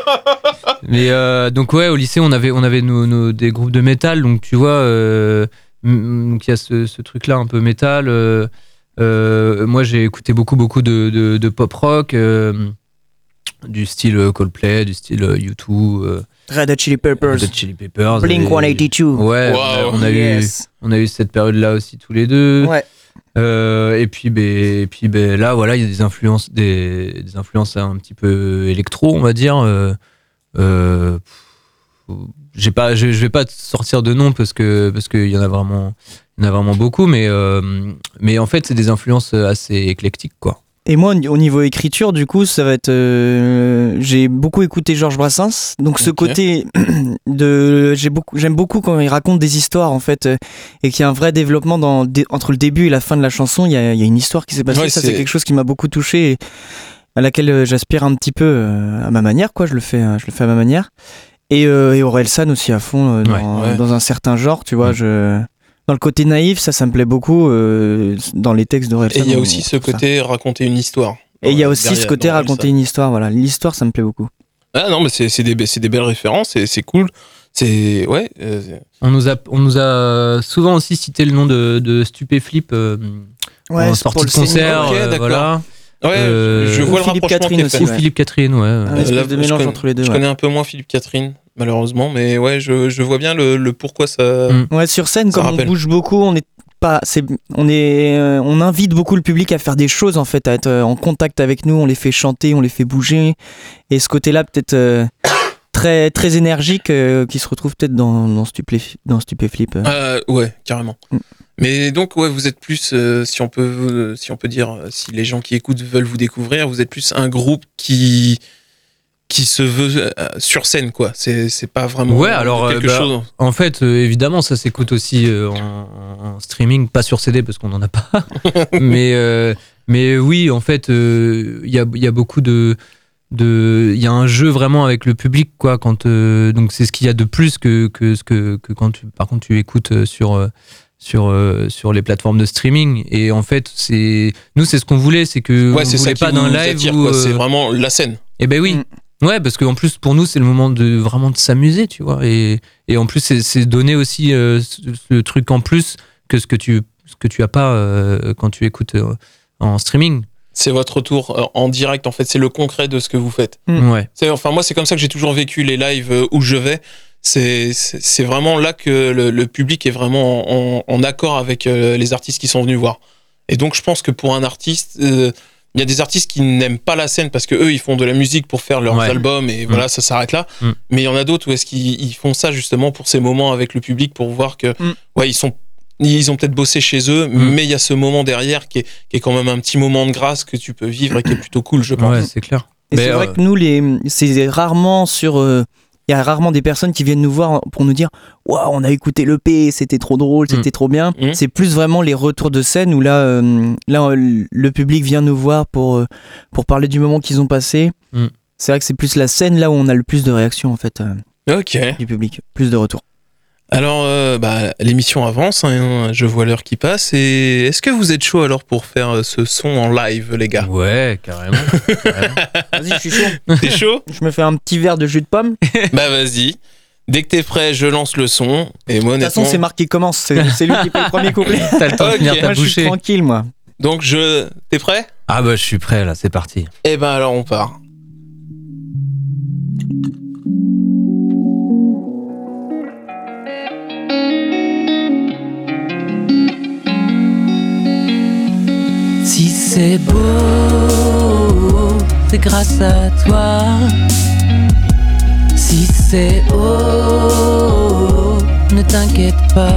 Mais euh, donc ouais, au lycée, on avait, on avait nos, nos, des groupes de métal, donc tu vois... Euh, donc il y a ce, ce truc là un peu métal euh, euh, moi j'ai écouté beaucoup beaucoup de, de, de pop rock euh, du style Coldplay, du style U deux euh, Red Hot Chili Peppers, Red Hot Chili Peppers Blink one eighty-two. Ouais, wow. on a, on a yes. eu on a eu cette période là aussi tous les deux. Ouais. Euh, et puis ben et puis ben là voilà, il y a des influences des, des influences un petit peu électro, on va dire euh, euh, j'ai pas je, je vais pas sortir de nom parce que parce qu'il y en a vraiment il y en a vraiment beaucoup mais euh, mais en fait c'est des influences assez éclectiques quoi. Et moi au niveau écriture du coup ça va être euh, j'ai beaucoup écouté Georges Brassens donc ce okay. côté de j'ai beaucoup j'aime beaucoup quand il raconte des histoires en fait euh, et qu'il y a un vrai développement dans entre le début et la fin de la chanson, il y a il y a une histoire qui s'est passée, ouais, ça c'est... c'est quelque chose qui m'a beaucoup touché et à laquelle j'aspire un petit peu euh, à ma manière quoi, je le fais je le fais à ma manière. Et, euh, et Orelsan aussi à fond euh, dans, ouais, ouais. dans un certain genre, tu vois. Mmh. Je... Dans le côté naïf, ça, ça me plaît beaucoup euh, dans les textes d'Orelsan. Et il y a aussi ce côté ça. raconter une histoire. Et il y a aussi derrière, ce côté raconter une histoire, voilà. L'histoire, ça me plaît beaucoup. Ah non, mais c'est, c'est, des, c'est des belles références, et c'est cool. C'est, ouais. Euh... On, nous a, on nous a souvent aussi cité le nom de, de Stupéflip euh, ouais, en sortie de concert. Okay, euh, voilà. Ouais, euh, je vois le Philippe rapprochement Catherine aussi, ou ouais. Philippe Catherine, ouais. Un espèce de mélange connais, entre les deux. Je ouais. connais un peu moins Philippe Catherine, malheureusement, mais ouais, je, je vois bien le, le pourquoi ça. Mm. Ouais, sur scène, comme rappelle. on bouge beaucoup, on est pas, c'est, on est, euh, on invite beaucoup le public à faire des choses en fait, à être en contact avec nous, on les fait chanter, on les fait bouger, et ce côté-là peut-être euh, très, très énergique, euh, qui se retrouve peut-être dans, dans, Stupé, dans Stupéflip. Euh. Euh, ouais, carrément. Mm. Mais donc ouais, vous êtes plus, euh, si on peut, euh, si on peut dire, euh, si les gens qui écoutent veulent vous découvrir, vous êtes plus un groupe qui qui se veut euh, sur scène quoi. C'est c'est pas vraiment ouais, alors, quelque euh, bah, chose. En fait, euh, évidemment, ça s'écoute aussi euh, en, en streaming, pas sur C D parce qu'on en a pas. mais euh, mais oui, en fait, il euh, y a il y a beaucoup de de il y a un jeu vraiment avec le public quoi. Quand euh, donc c'est ce qu'il y a de plus que que ce que que quand tu par contre tu écoutes sur euh, sur euh, sur les plateformes de streaming. Et en fait, c'est nous, c'est ce qu'on voulait, c'est que Ouais, on c'est ça voulait qui pas d'un vous live attire, où, quoi. C'est euh, vraiment la scène. Eh ben oui. Mm. Ouais, parce qu'en plus, pour nous, c'est le moment de vraiment de s'amuser, tu vois. Et, et en plus, c'est, c'est donner aussi euh, ce, ce truc en plus que ce que tu, ce que tu as pas euh, quand tu écoutes euh, en streaming. C'est votre retour euh, en direct, en fait. C'est le concret de ce que vous faites. Mm. Ouais. C'est, enfin, moi, c'est comme ça que j'ai toujours vécu les lives euh, où je vais. C'est, c'est, c'est vraiment là que le, le public est vraiment en, en accord avec euh, les artistes qui sont venus voir. Et donc, je pense que pour un artiste, euh, il y a des artistes qui n'aiment pas la scène parce que eux, ils font de la musique pour faire leurs Ouais. albums et Mm. voilà, ça s'arrête là. Mm. Mais il y en a d'autres où est-ce qu'ils ils font ça justement pour ces moments avec le public pour voir que, Mm. ouais, ils sont, ils ont peut-être bossé chez eux, Mm. mais il y a ce moment derrière qui est, qui est quand même un petit moment de grâce que tu peux vivre et qui est plutôt cool, je pense. Ouais, c'est clair. Et Mais, c'est vrai euh, que nous, les, c'est rarement sur. euh, Il y a rarement des personnes qui viennent nous voir pour nous dire waouh, on a écouté l'E P, c'était trop drôle, c'était Mm. trop bien. Mm. C'est plus vraiment les retours de scène où là, euh, là euh, le public vient nous voir pour, euh, pour parler du moment qu'ils ont passé. Mm. C'est vrai que c'est plus la scène là où on a le plus de réactions en fait euh, Ok. du public, plus de retours. Alors, euh, bah, l'émission avance, hein, je vois l'heure qui passe. Et est-ce que vous êtes chaud alors pour faire euh, ce son en live, les gars? Ouais, carrément. carrément. Vas-y, je suis chaud. T'es chaud? Je me fais un petit verre de jus de pomme. De Bah, vas-y. Dès que t'es prêt, je lance le son. Et moi, toute façon, honnêtement. c'est Marc qui commence. C'est, c'est lui qui fait le premier couplet. T'as le temps de Ok. finir ta Moi, je suis bouchée. tranquille, moi. Donc, je. T'es prêt? Ah bah, je suis prêt là, c'est parti. Eh ben, alors, on part. Si c'est beau, c'est grâce à toi. Si c'est haut, ne t'inquiète pas.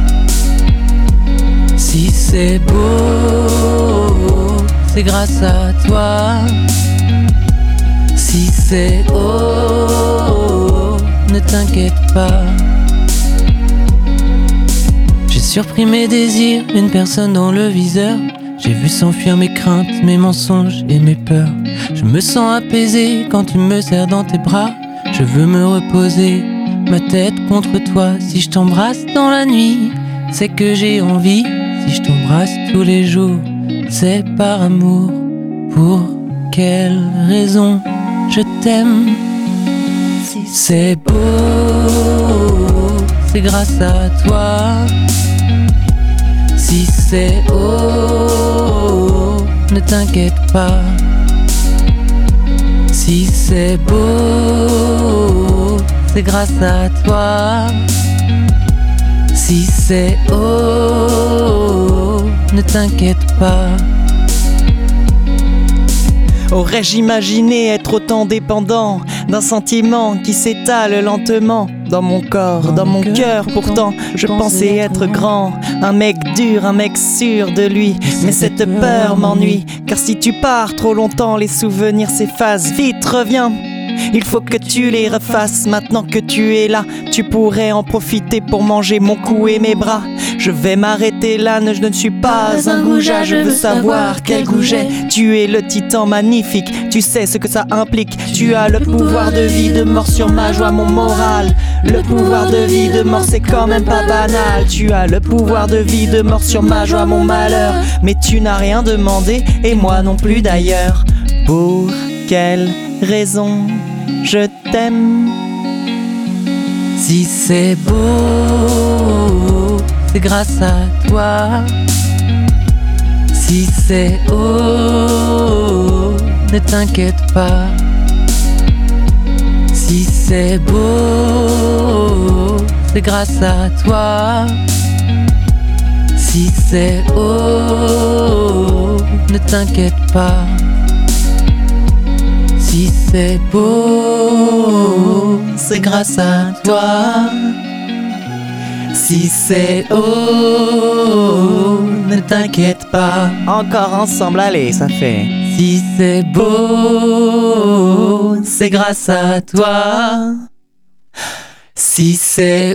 Si c'est beau, c'est grâce à toi. Si c'est haut, ne t'inquiète pas. J'ai surpris mes désirs, une personne dans le viseur. J'ai vu s'enfuir mes craintes, mes mensonges et mes peurs. Je me sens apaisé quand tu me serres dans tes bras. Je veux me reposer, ma tête contre toi. Si je t'embrasse dans la nuit, c'est que j'ai envie. Si je t'embrasse tous les jours, c'est par amour. Pour quelle raison je t'aime? Si c'est beau, c'est grâce à toi. Si c'est haut, ne t'inquiète pas. Si c'est beau, c'est grâce à toi. Si c'est haut, ne t'inquiète pas. Aurais-je imaginé être autant dépendant d'un sentiment qui s'étale lentement dans mon corps, dans mon cœur? Pourtant, je pensais être grand, un mec dur, un mec sûr de lui. Mais cette peur m'ennuie, car si tu pars trop longtemps, les souvenirs s'effacent. Vite, reviens. Il faut que tu les refasses. Maintenant que tu es là, tu pourrais en profiter pour manger mon cou et mes bras. Je vais m'arrêter là, ne, je ne suis pas un goujat. Je veux savoir quel goût j'ai. Tu es le titan magnifique, tu sais ce que ça implique. Tu as le pouvoir de vie, de mort sur ma joie, mon moral. Le pouvoir de vie, de mort, c'est quand même pas banal. Tu as le pouvoir de vie, de mort sur ma joie, mon malheur. Mais tu n'as rien demandé, et moi non plus d'ailleurs. Pour quelle raison je t'aime? Si c'est beau, c'est grâce à toi. Si c'est haut, ne t'inquiète pas. Si c'est beau, c'est grâce à toi. Si c'est haut, ne t'inquiète pas. Si c'est beau, c'est grâce à toi. Si c'est haut, ne t'inquiète pas. Encore ensemble, allez, ça fait. Si c'est beau, c'est grâce à toi. Si c'est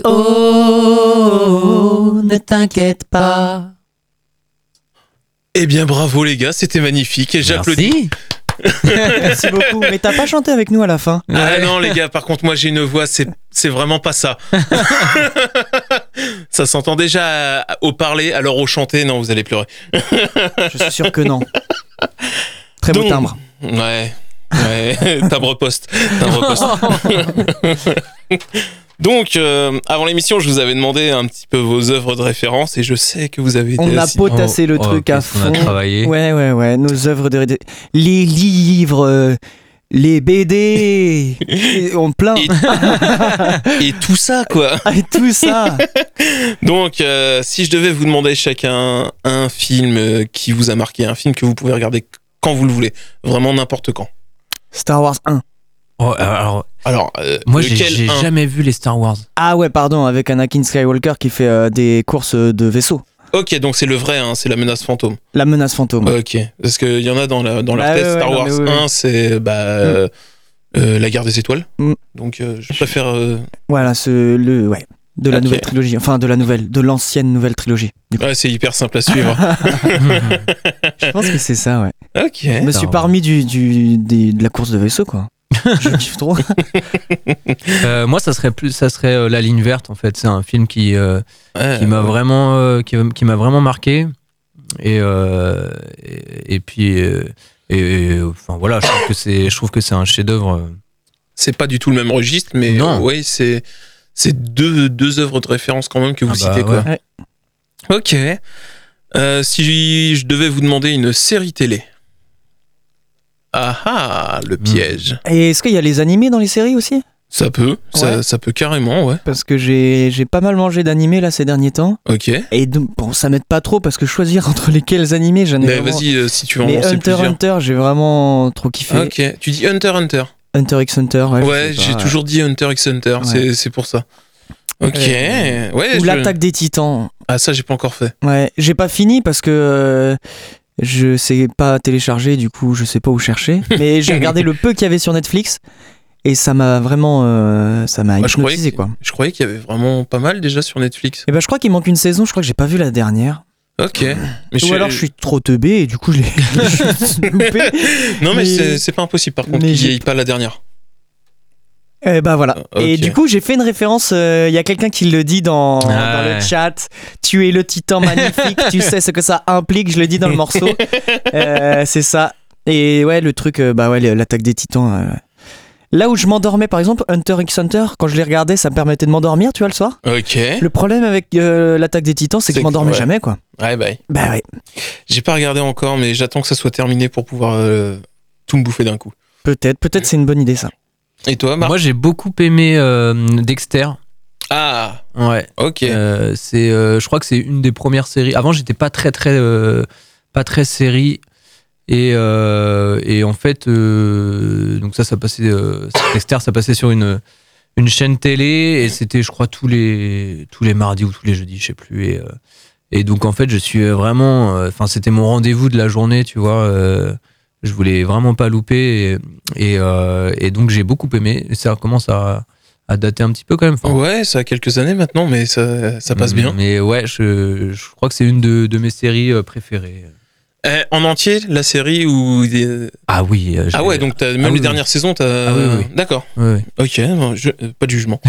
haut, ne t'inquiète pas. Eh bien, bravo les gars, c'était magnifique et j'applaudis. Merci. Merci beaucoup. Mais t'as pas chanté avec nous à la fin? Ah non les gars, par contre moi j'ai une voix, c'est c'est vraiment pas ça. Ça s'entend déjà au parler, alors au chanter, non, vous allez pleurer. Je suis sûr que non. Très beau Donc, timbre. Ouais, ouais, timbre poste. Timbre poste. Donc, euh, avant l'émission, je vous avais demandé un petit peu vos œuvres de référence et je sais que vous avez été On a assis- potassé le Oh, truc oh, à qu'est-ce qu'on fond. a travaillé. Ouais, ouais, ouais. Nos œuvres de. de- Les livres, euh, les B D, et on plein. Et, et tout ça, quoi. Et tout ça. Donc, euh, si je devais vous demander chacun un film euh, qui vous a marqué, un film que vous pouvez regarder quand vous le voulez, vraiment n'importe quand. Star Wars un. Oh, alors, Alors, euh, moi, j'ai, lequel j'ai un jamais vu les Star Wars. Ah ouais, pardon, avec Anakin Skywalker qui fait euh, des courses de vaisseau. Ok, donc c'est le vrai, hein, c'est la menace fantôme. La menace fantôme. Ok, parce qu'il y en a dans, la, dans leur Ah tête. ouais, Star ouais, non, Wars mais oui, oui. un, c'est bah, euh, euh, la guerre des étoiles. Mm. Donc, euh, je préfère. euh, Voilà, ce, le, ouais, de la Ok. nouvelle trilogie. Enfin, de la nouvelle, de l'ancienne nouvelle trilogie. Du coup. Ouais, c'est hyper simple à suivre. Je pense que c'est ça, ouais. Ok. Je me suis Star pas Wars. remis du, du, des- de la course de vaisseau, quoi. Je kiffe trop. Euh, moi, ça serait plus, ça serait euh, La Ligne Verte. En fait, c'est un film qui euh, Ouais, qui m'a ouais. vraiment, euh, qui, qui m'a vraiment marqué. Et euh, et, et puis euh, et, et, enfin voilà, je trouve que c'est, je trouve que c'est un chef-d'œuvre. C'est pas du tout le même registre, mais Non. euh, ouais, c'est c'est deux, deux œuvres de référence quand même que vous Ah bah citez, quoi. ouais. Ok. Euh, si je devais vous demander une série télé. Ah ah, le piège. Et est-ce qu'il y a les animés dans les séries aussi? Ça peut, ça, Ouais. ça peut carrément, ouais. Parce que j'ai j'ai pas mal mangé d'animés là ces derniers temps. Ok. Et donc, bon, ça m'aide pas trop parce que choisir entre lesquels animés, j'en ai Mais vraiment... vas-y, euh, si tu veux en Mais lancer Hunter plusieurs. Hunter, j'ai vraiment trop kiffé. Ok, tu dis Hunter Hunter. Hunter x Hunter, ouais. je Ouais, sais j'ai pas, toujours dit Hunter x Hunter, Ouais. c'est, c'est pour ça. Ok, Euh, ouais. Ou je- l'attaque des titans. Ah, ça, j'ai pas encore fait. Ouais, j'ai pas fini parce que euh, je sais pas télécharger, du coup je sais pas où chercher. Mais j'ai regardé le peu qu'il y avait sur Netflix et ça m'a vraiment, euh, ça m'a Moi, je croyais, hypnotisé que- quoi. je croyais qu'il y avait vraiment pas mal déjà sur Netflix. Et ben je crois qu'il manque une saison, je crois que j'ai pas vu la dernière. Ok. Mais Ou alors je suis trop teubé et du coup je l'ai juste loupé. Non, mais, mais- c'est, c'est pas impossible par contre mais qu'il j'ai- y ait pas la dernière. Et bah voilà. Ok. Et du coup, j'ai fait une référence. Il y a quelqu'un qui le dit dans, Ah dans le ouais. chat. Tu es le titan magnifique. Tu sais ce que ça implique. Je le dis dans le morceau. Euh, c'est ça. Et ouais, le truc, euh, bah ouais, l'attaque des titans. euh. Là où je m'endormais, par exemple, Hunter x Hunter, quand je les regardais, ça me permettait de m'endormir, tu vois, le soir. Ok. Le problème avec euh, l'attaque des titans, c'est que C'est je m'endormais que- ouais. jamais, quoi. Ouais, bah. Bah ouais. J'ai pas regardé encore, mais j'attends que ça soit terminé pour pouvoir euh, tout me bouffer d'un coup. Peut-être, peut-être c'est une bonne idée, ça. Et toi, Marc? Moi, j'ai beaucoup aimé euh, Dexter. Ah, Ouais. ok. Euh, c'est, euh, je crois que c'est une des premières séries. Avant, j'étais pas très très euh, pas très série. Et, euh, et en fait, euh, donc ça, ça passait, euh, Dexter, ça passait sur une une chaîne télé et c'était, je crois, tous les tous les mardis ou tous les jeudis, je sais plus. Et, euh, et donc en fait, je suis vraiment, enfin, c'était mon rendez-vous de la journée, tu vois. Euh, je voulais vraiment pas louper et et, euh, et donc j'ai beaucoup aimé. Et ça commence à à dater un petit peu quand même. Enfin, Ouais, ça a quelques années maintenant, mais ça, ça passe bien. Mais ouais, je, je crois que c'est une de, de mes séries euh, préférées. Eh, en entier, la série ou des... Ah oui. euh, Ah j'ai- ouais, donc t'as, même Ah oui, les oui. dernières saisons, t'as... Ah oui, oui. D'accord. Ouais, ouais. Ok, bon, je- euh, pas de jugement.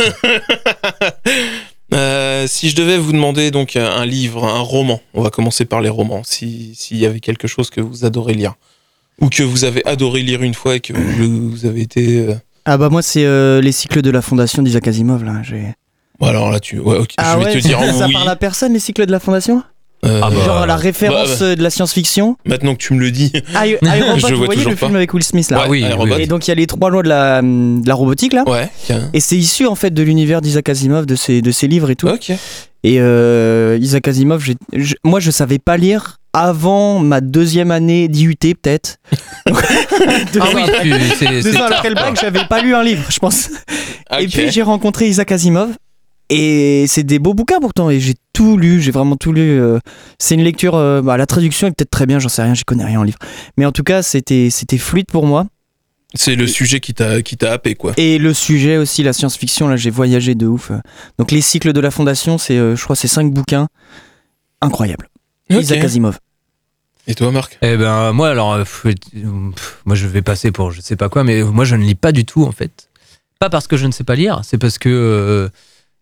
Euh, si je devais vous demander donc un livre, un roman, on va commencer par les romans, si- s'il y avait quelque chose que vous adorez lire, ou que vous avez adoré lire une fois et que vous, vous avez été... euh, Ah bah moi, c'est euh, les cycles de la fondation d'Isaac Asimov, là. J'ai... Bon alors là, tu... Ouais, ok, Ah je vais ouais, te dire ça oui. parle à personne, les cycles de la fondation? Euh, Ah bah, Genre la référence bah, euh, de la science-fiction. Maintenant que tu me le dis... Ah, I- iRobot, Je vous vois voyez toujours le film pas. avec Will Smith là. Ah oui, iRobot. oui, Et donc il y a les trois lois de la, de la robotique là. Ouais, tiens. Et c'est issu en fait de l'univers d'Isaac Asimov, de ses, de ses livres et tout. Ok. Et euh, Isaac Asimov, j'ai- je- moi je savais pas lire avant ma deuxième année d'I U T peut-être. deux Ah ans oui, après, tu- c'est, deux c'est ans tard, après le quoi. bac, j'avais pas lu un livre, je pense. Et Ok. puis j'ai rencontré Isaac Asimov. Et c'est des beaux bouquins pourtant, et j'ai tout lu, j'ai vraiment tout lu. euh, C'est une lecture, euh, bah, la traduction est peut-être très bien, j'en sais rien, j'y connais rien en livre. Mais en tout cas, c'était c'était fluide pour moi. C'est le sujet qui t'a, qui t'a happé, quoi. Et le sujet aussi, la science-fiction, là j'ai voyagé de ouf. Donc les cycles de la Fondation, c'est, euh, je crois, c'est cinq bouquins incroyables. Ok. Isaac Asimov. Et toi, Marc? Eh ben moi alors, euh, pff, pff, moi je vais passer pour je sais pas quoi, mais moi je ne lis pas du tout en fait. Pas parce que je ne sais pas lire, c'est parce que euh,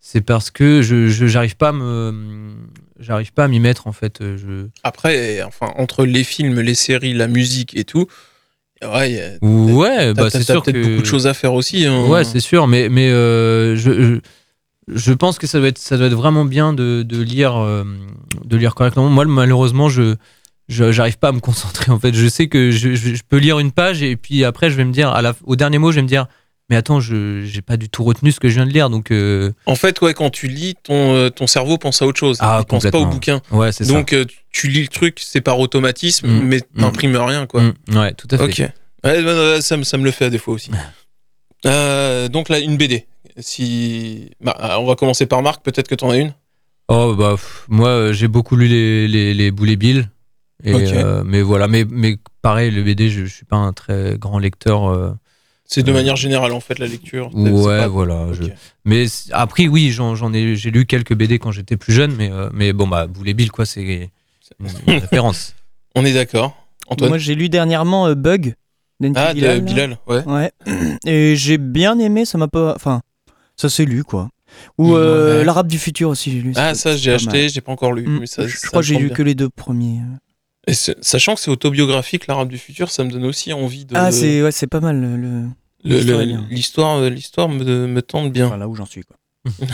c'est parce que je, je j'arrive pas à me j'arrive pas à m'y mettre en fait. Je... Après, enfin, entre les films, les séries, la musique et tout, ouais, y a, ouais, t'as, bah t'as, c'est t'as sûr peut-être que beaucoup de choses à faire aussi. Hein. Ouais, c'est sûr, mais mais euh, je, je je pense que ça doit être ça doit être vraiment bien de de lire euh, de lire correctement. Moi, malheureusement, je Je, j'arrive pas à me concentrer en fait. Je sais que je, je, je peux lire une page et puis après je vais me dire à la, au dernier mot je vais me dire mais attends, je j'ai pas du tout retenu ce que je viens de lire donc. Euh... En fait ouais, quand tu lis ton ton cerveau pense à autre chose. Ah, il pense pas au bouquin. Ouais, c'est donc ça. Euh, tu lis le truc c'est par automatisme mmh. mais t'imprimes mmh. rien quoi. Mmh. Ouais, tout à fait. Ok. Ouais, bah, ça me ça me le fait à des fois aussi. euh, donc là une B D. Si bah, on va commencer par Marc, peut-être que t'en as une. Oh bah pff, moi j'ai beaucoup lu les les les Boulet Bill. Et okay. euh, mais voilà, mais, mais pareil, le B D, je, je suis pas un très grand lecteur. Euh, c'est de euh, manière générale en fait la lecture. Ouais, pas... voilà. Okay. Je... Mais après, oui, j'en, j'en ai, j'ai lu quelques B D quand j'étais plus jeune, mais euh, mais bon bah Boulet Bill quoi, c'est une, une référence. On est d'accord. Antoine. Moi, j'ai lu dernièrement euh, Bug. Ah, Bilal, de Bilal, ouais. Ouais. Et j'ai bien aimé, ça m'a pas, enfin, ça s'est lu quoi. Ou euh, ouais. L'Arabe du futur aussi, j'ai lu. Ah ça, j'ai acheté, mal. J'ai pas encore lu. Mmh. Mais ça, je ça crois que j'ai lu bien. que les deux premiers. Et sachant que c'est autobiographique, l'Arabe du futur, ça me donne aussi envie de. Ah, c'est, ouais, c'est pas mal. Le, le, le, l'histoire, le, l'histoire, l'histoire me, me tente bien. Enfin, là où j'en suis, quoi.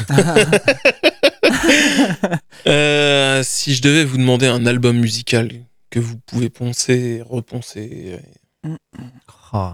euh, si je devais vous demander un album musical que vous pouvez poncer, reponcer. Mm. Oh.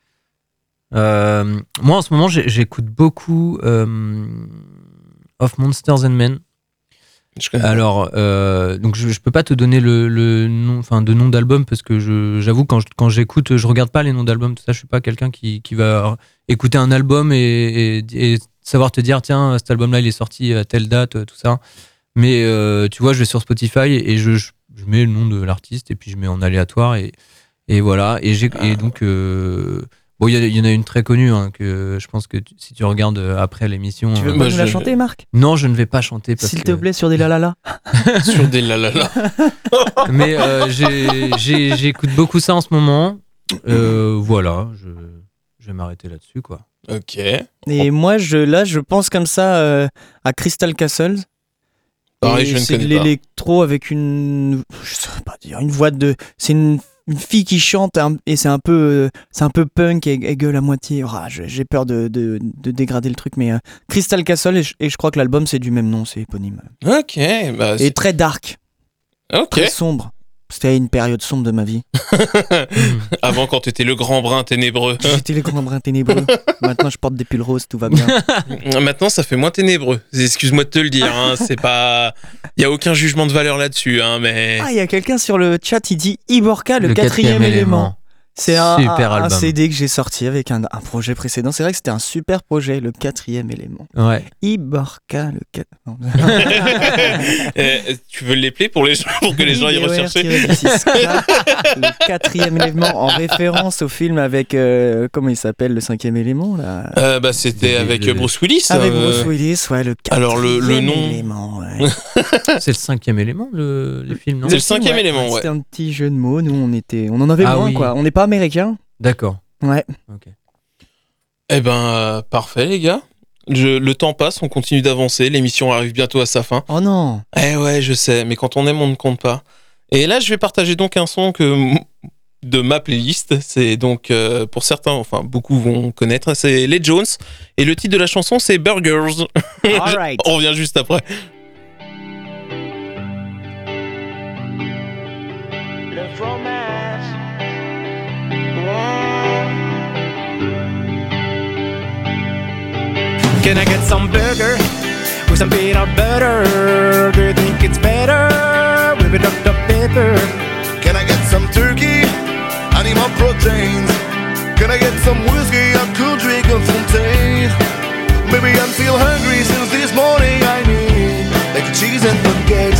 Euh, moi, en ce moment, j'écoute beaucoup euh, Of Monsters and Men. Alors, euh, donc je, je peux pas te donner le, le nom, enfin de nom d'album parce que je, j'avoue quand je, quand j'écoute, je regarde pas les noms d'albums, tout ça. Je suis pas quelqu'un qui, qui va écouter un album et, et, et savoir te dire tiens cet album-là il est sorti à telle date, tout ça. Mais euh, tu vois, je vais sur Spotify et je, je, je mets le nom de l'artiste et puis je mets en aléatoire et, et voilà. Et, j'ai, et donc euh, bon, il y, y en a une très connue hein, que je pense que tu, si tu regardes après l'émission. Tu veux euh, pas nous je... la chanter, Marc ? Non, je ne vais pas chanter. Parce S'il que... te plaît, sur des lalala. Sur des lalala. Mais euh, j'ai, j'ai, j'écoute beaucoup ça en ce moment. Euh, voilà, je, je vais m'arrêter là-dessus, quoi. Ok. Et moi, je, là, je pense comme ça euh, à Crystal Castles. Pareil, je ne c'est connais de pas. l'électro avec une, je saurais pas dire, une voix de, c'est une, une fille qui chante et c'est un peu, c'est un peu punk et, et gueule à moitié. Oh, j'ai peur de, de, de dégrader le truc, mais euh, Crystal Castle et je, et je crois que l'album c'est du même nom, c'est éponyme. Ok. Bah, et très dark. Ok. Très sombre. C'était une période sombre de ma vie. Avant, quand tu étais le grand brin ténébreux. J'étais le grand brin ténébreux. Maintenant, je porte des pulls roses, tout va bien. Maintenant, ça fait moins ténébreux. Excuse-moi de te le dire. Hein, c'est pas. Il y a aucun jugement de valeur là-dessus, hein, mais. Ah, il y a quelqu'un sur le chat, il dit Iborka, le, le quatrième, quatrième élément. élément. C'est un, super un, un album. C D que j'ai sorti avec un, un projet précédent. C'est vrai que c'était un super projet, le quatrième élément. Ouais. Iborka, le quatrième. euh, tu veux l'épeler pour les gens, pour que les gens y recherchent. Le quatrième élément, en référence au film avec euh, comment il s'appelle, le cinquième élément là. Euh, bah c'était avec le... Bruce Willis. Avec euh... Bruce Willis, ouais, le quatrième Alors le, le nom. élément. Ouais. C'est le cinquième élément, le, le film, non ? C'est le cinquième ouais. élément, ouais. C'était un petit jeu de mots. Nous, on était, on en avait ah, moins, oui. quoi. On n'est pas américains. D'accord. Ouais. Ok. Eh ben, euh, parfait, les gars. Je, le temps passe, on continue d'avancer. L'émission arrive bientôt à sa fin. Oh non. Eh ouais, je sais, mais quand on aime, on ne compte pas. Et là, je vais partager donc un son que de ma playlist. C'est donc euh, pour certains, enfin beaucoup vont connaître. C'est les Jones et le titre de la chanson c'est Burgers. All right. On revient juste après. Can I get some burger with some peanut butter? Do you think it's better with a Doctor Pepper? Can I get some turkey? I need more proteins. Can I get some whiskey? I could drink a fontaine. Maybe I'm still hungry since this morning. I need like cheese and baguettes.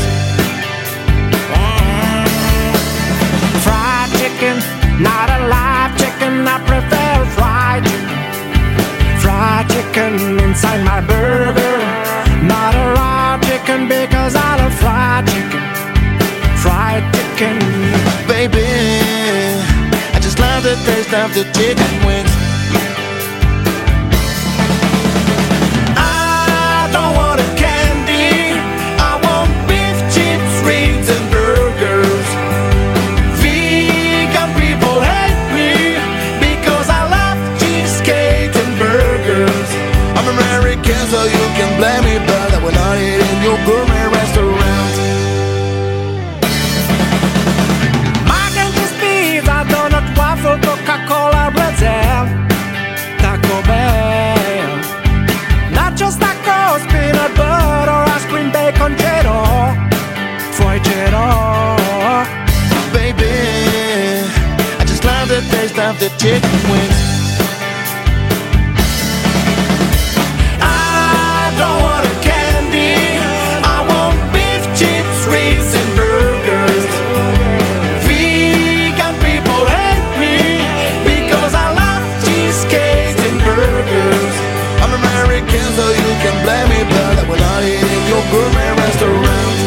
Mm. Fried chicken, not a live chicken. I prefer fried chicken. Fried chicken inside my burger. Not a raw chicken because I love fried chicken. Fried chicken. Baby, I just love the taste of the chicken wings. I don't want it all, fight it all. Baby, I just love the taste of the chicken wings. I don't want a candy, I want beef, chips, ribs and burgers. Vegan people hate me because I love cheesecakes and burgers. I'm American, so you can blame me, but I will not eat in your gourmet restaurant.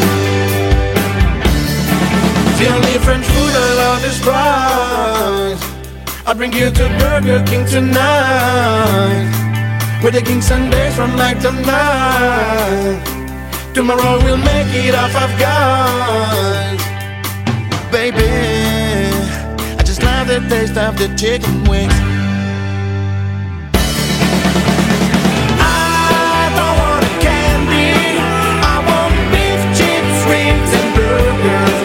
The only French food I love is fries. I'll bring you to Burger King tonight, where the king Sundays run like tonight. Tomorrow we'll make it off of guys. Baby, I just love the taste of the chicken wings. I don't want a candy, I want beef, chips, ribs and burgers.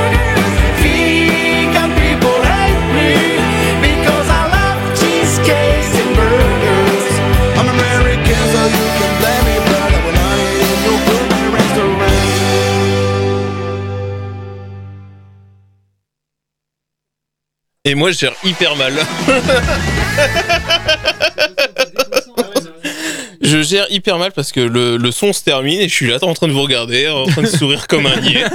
Vegan people hate me because I love cheesecakes and burgers. I'm American, so you can blame me, but I will not eat in your gourmet restaurant. Et moi, je gère hyper mal. Je gère hyper mal parce que le, le son se termine et je suis là en train de vous regarder, en train de sourire comme un niais.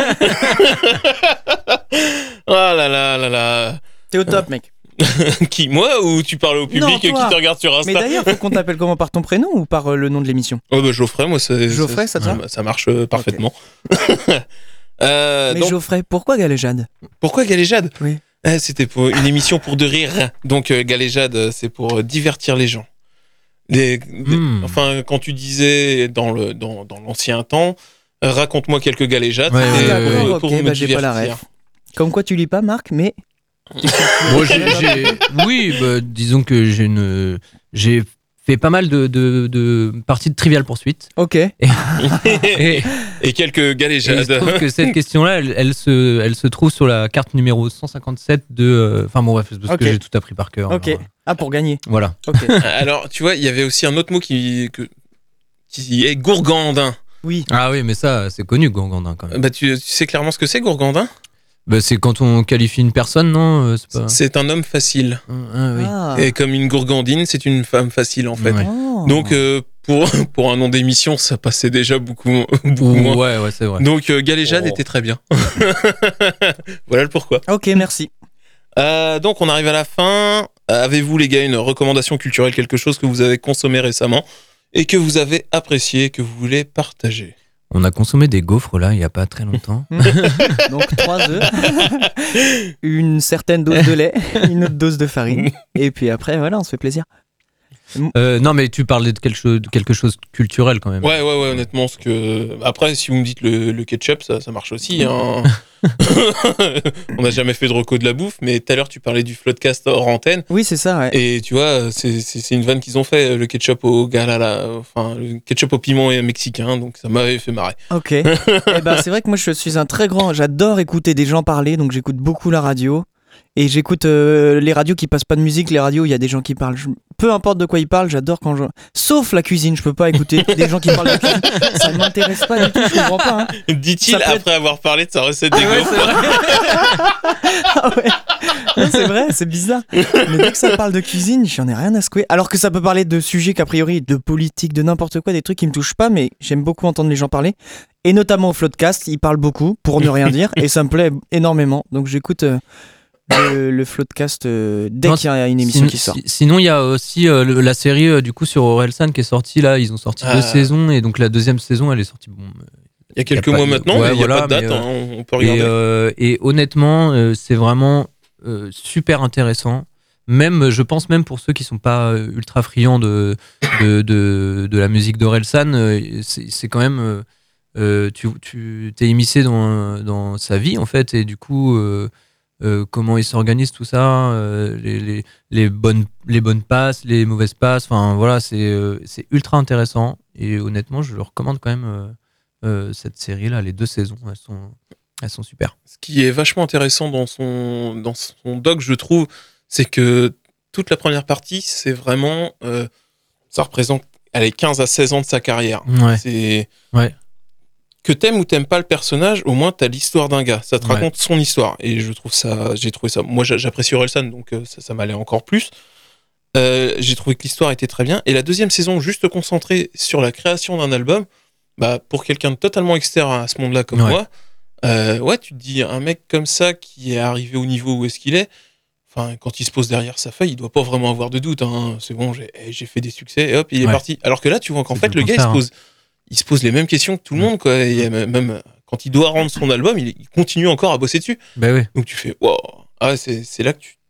Oh là là là là. T'es au top, mec. Qui, moi, ou tu parles au public Non, qui toi. te regarde sur Insta? Mais d'ailleurs, faut qu'on t'appelle comment, par ton prénom ou par euh, le nom de l'émission? Oh bah Geoffrey, moi ça. Geoffrey, ça te va? ça, ça marche euh, parfaitement. euh, Mais donc, Geoffrey, pourquoi Galéjade? pourquoi Galéjade? Oui. Eh, c'était pour une émission pour de rire. Donc euh, Galéjade, euh, c'est pour euh, divertir les gens. Les- les- Hmm. Enfin, quand tu disais dans le dans, dans l'ancien temps, euh, raconte-moi quelques galéjades. Ouais, c'était, ouais, euh, D'accord, pour ok, me bah j'ai pas la divertir. ref. Comme quoi tu lis pas, Marc, mais Bon, j'ai, j'ai- oui, bah, disons que j'ai une, j'ai fait pas mal de, de, de parties de Trivial Poursuite. ok. Et, et- Et quelques et il se galéjades. trouve que cette question-là, elle, elle se, elle se trouve sur la carte numéro cent cinquante-sept de. euh, Enfin bon, bref, c'est parce Ok. que j'ai tout appris par cœur. Ok. alors, Ah, pour gagner. voilà. Ok. Alors, tu vois, il y avait aussi un autre mot qui que, qui est gourgandin. Oui. Ah oui, mais ça, c'est connu, Gourgandin, quand même. Bah, tu, tu sais clairement ce que c'est, gourgandin? Bah, c'est quand on qualifie une personne, non euh, c'est pas... C'est un homme facile. Ah oui. Ah. Et comme une gourgandine, c'est une femme facile en fait. Ouais. Oh. Donc euh, pour pour un nom d'émission, ça passait déjà beaucoup beaucoup moins. Ouais, ouais, c'est vrai. Donc euh, Galéjade Oh. était très bien. Voilà le pourquoi. Ok, merci. Euh, donc on arrive à la fin. Euh, Avez-vous les gars une recommandation culturelle, quelque chose que vous avez consommé récemment et que vous avez apprécié, que vous voulez partager? On a consommé des gaufres là, il y a pas très longtemps. Donc trois œufs, une certaine dose de lait, une autre dose de farine. Et puis après, voilà, on se fait plaisir. Euh, non, mais tu parlais de quelque chose, de quelque chose de culturel quand même. Ouais, ouais, ouais, honnêtement, ce que. Après, si vous me dites le, le ketchup, ça, ça marche aussi. Hein. On n'a jamais fait de reco de la bouffe, mais tout à l'heure, tu parlais du Floodcast hors antenne. Oui, c'est ça, ouais. Et tu vois, c'est, c'est, c'est une vanne qu'ils ont fait, le ketchup au galala, enfin, le ketchup au piment et mexicain, donc ça m'avait fait marrer. Ok. Eh ben, c'est vrai que moi, je suis un très grand. J'adore écouter des gens parler, donc j'écoute beaucoup la radio. Et j'écoute euh, les radios qui passent pas de musique, les radios, il y a des gens qui parlent. Je- Peu importe de quoi ils parlent, j'adore quand je. Sauf la cuisine, je peux pas écouter des gens qui parlent de cuisine. Ça ne m'intéresse pas du tout, je comprends pas. Hein. Dit-il Ça peut être- après avoir parlé de sa recette des Ah ouais, gaufres. c'est vrai. Ah ouais. Non, c'est vrai, c'est bizarre. Mais dès que ça parle de cuisine, j'en ai rien à secouer. Alors que ça peut parler de sujets qu'a priori, de politique, de n'importe quoi, des trucs qui me touchent pas, mais j'aime beaucoup entendre les gens parler. Et notamment au Floodcast, ils parlent beaucoup, pour ne rien dire, et ça me plaît énormément. Donc j'écoute euh, le, le Floodcast euh, dès Non, qu'il y a une émission Sin- qui sort. si- Sinon, il y a aussi euh, le- la série euh, du coup sur Orelsan qui est sortie là. Ils ont sorti Ah. deux saisons et donc la deuxième saison, elle est sortie. Bon, euh, Il y a quelques y a pas mois de- maintenant, ouais, mais il n'y a voilà, pas de date, mais, euh, hein, on, on peut regarder. Et, euh, et honnêtement, euh, c'est vraiment euh, super intéressant. Même, je pense même pour ceux qui sont pas euh, ultra friands de, de, de, de la musique d'Orelsan, euh, c'est c'est quand même. euh, euh, tu tu t'es immiscé dans, dans sa vie en fait, et du coup. euh, euh, comment il s'organise tout ça, euh, les, les, les, bonnes, les bonnes passes, les mauvaises passes, enfin voilà, c'est euh, c'est ultra intéressant et honnêtement, je le recommande quand même euh, euh, cette série-là, les deux saisons, elles sont, elles sont super. Ce qui est vachement intéressant dans son, dans son doc, je trouve, c'est que toute la première partie, c'est vraiment. Euh, ça représente allez, quinze à seize ans de sa carrière. Ouais. C'est. Ouais. que t'aimes ou t'aimes pas le personnage, au moins t'as l'histoire d'un gars. Ça te Ouais. raconte son histoire. Et je trouve ça, j'ai trouvé ça. Moi, j'a- j'apprécie Orelsan, donc euh, ça, ça m'allait encore plus. Euh, j'ai trouvé que l'histoire était très bien. Et la deuxième saison, juste concentrée sur la création d'un album, bah pour quelqu'un de totalement externe à ce monde-là comme Ouais. moi, euh, ouais, tu te dis un mec comme ça qui est arrivé au niveau où est-ce qu'il est. Enfin, quand il se pose derrière sa feuille, il doit pas vraiment avoir de doute. Hein. C'est bon, j'ai, j'ai fait des succès, et hop, il est Ouais. parti. Alors que là, tu vois qu'en C'est fait, tout le le gars, il se contraire, pose, il se pose les mêmes questions que tout le monde, quoi. Et même quand il doit rendre son album, il, il continue encore à bosser dessus. Bah oui. Donc tu fais, wow. Ah, c'est, c'est là que tu.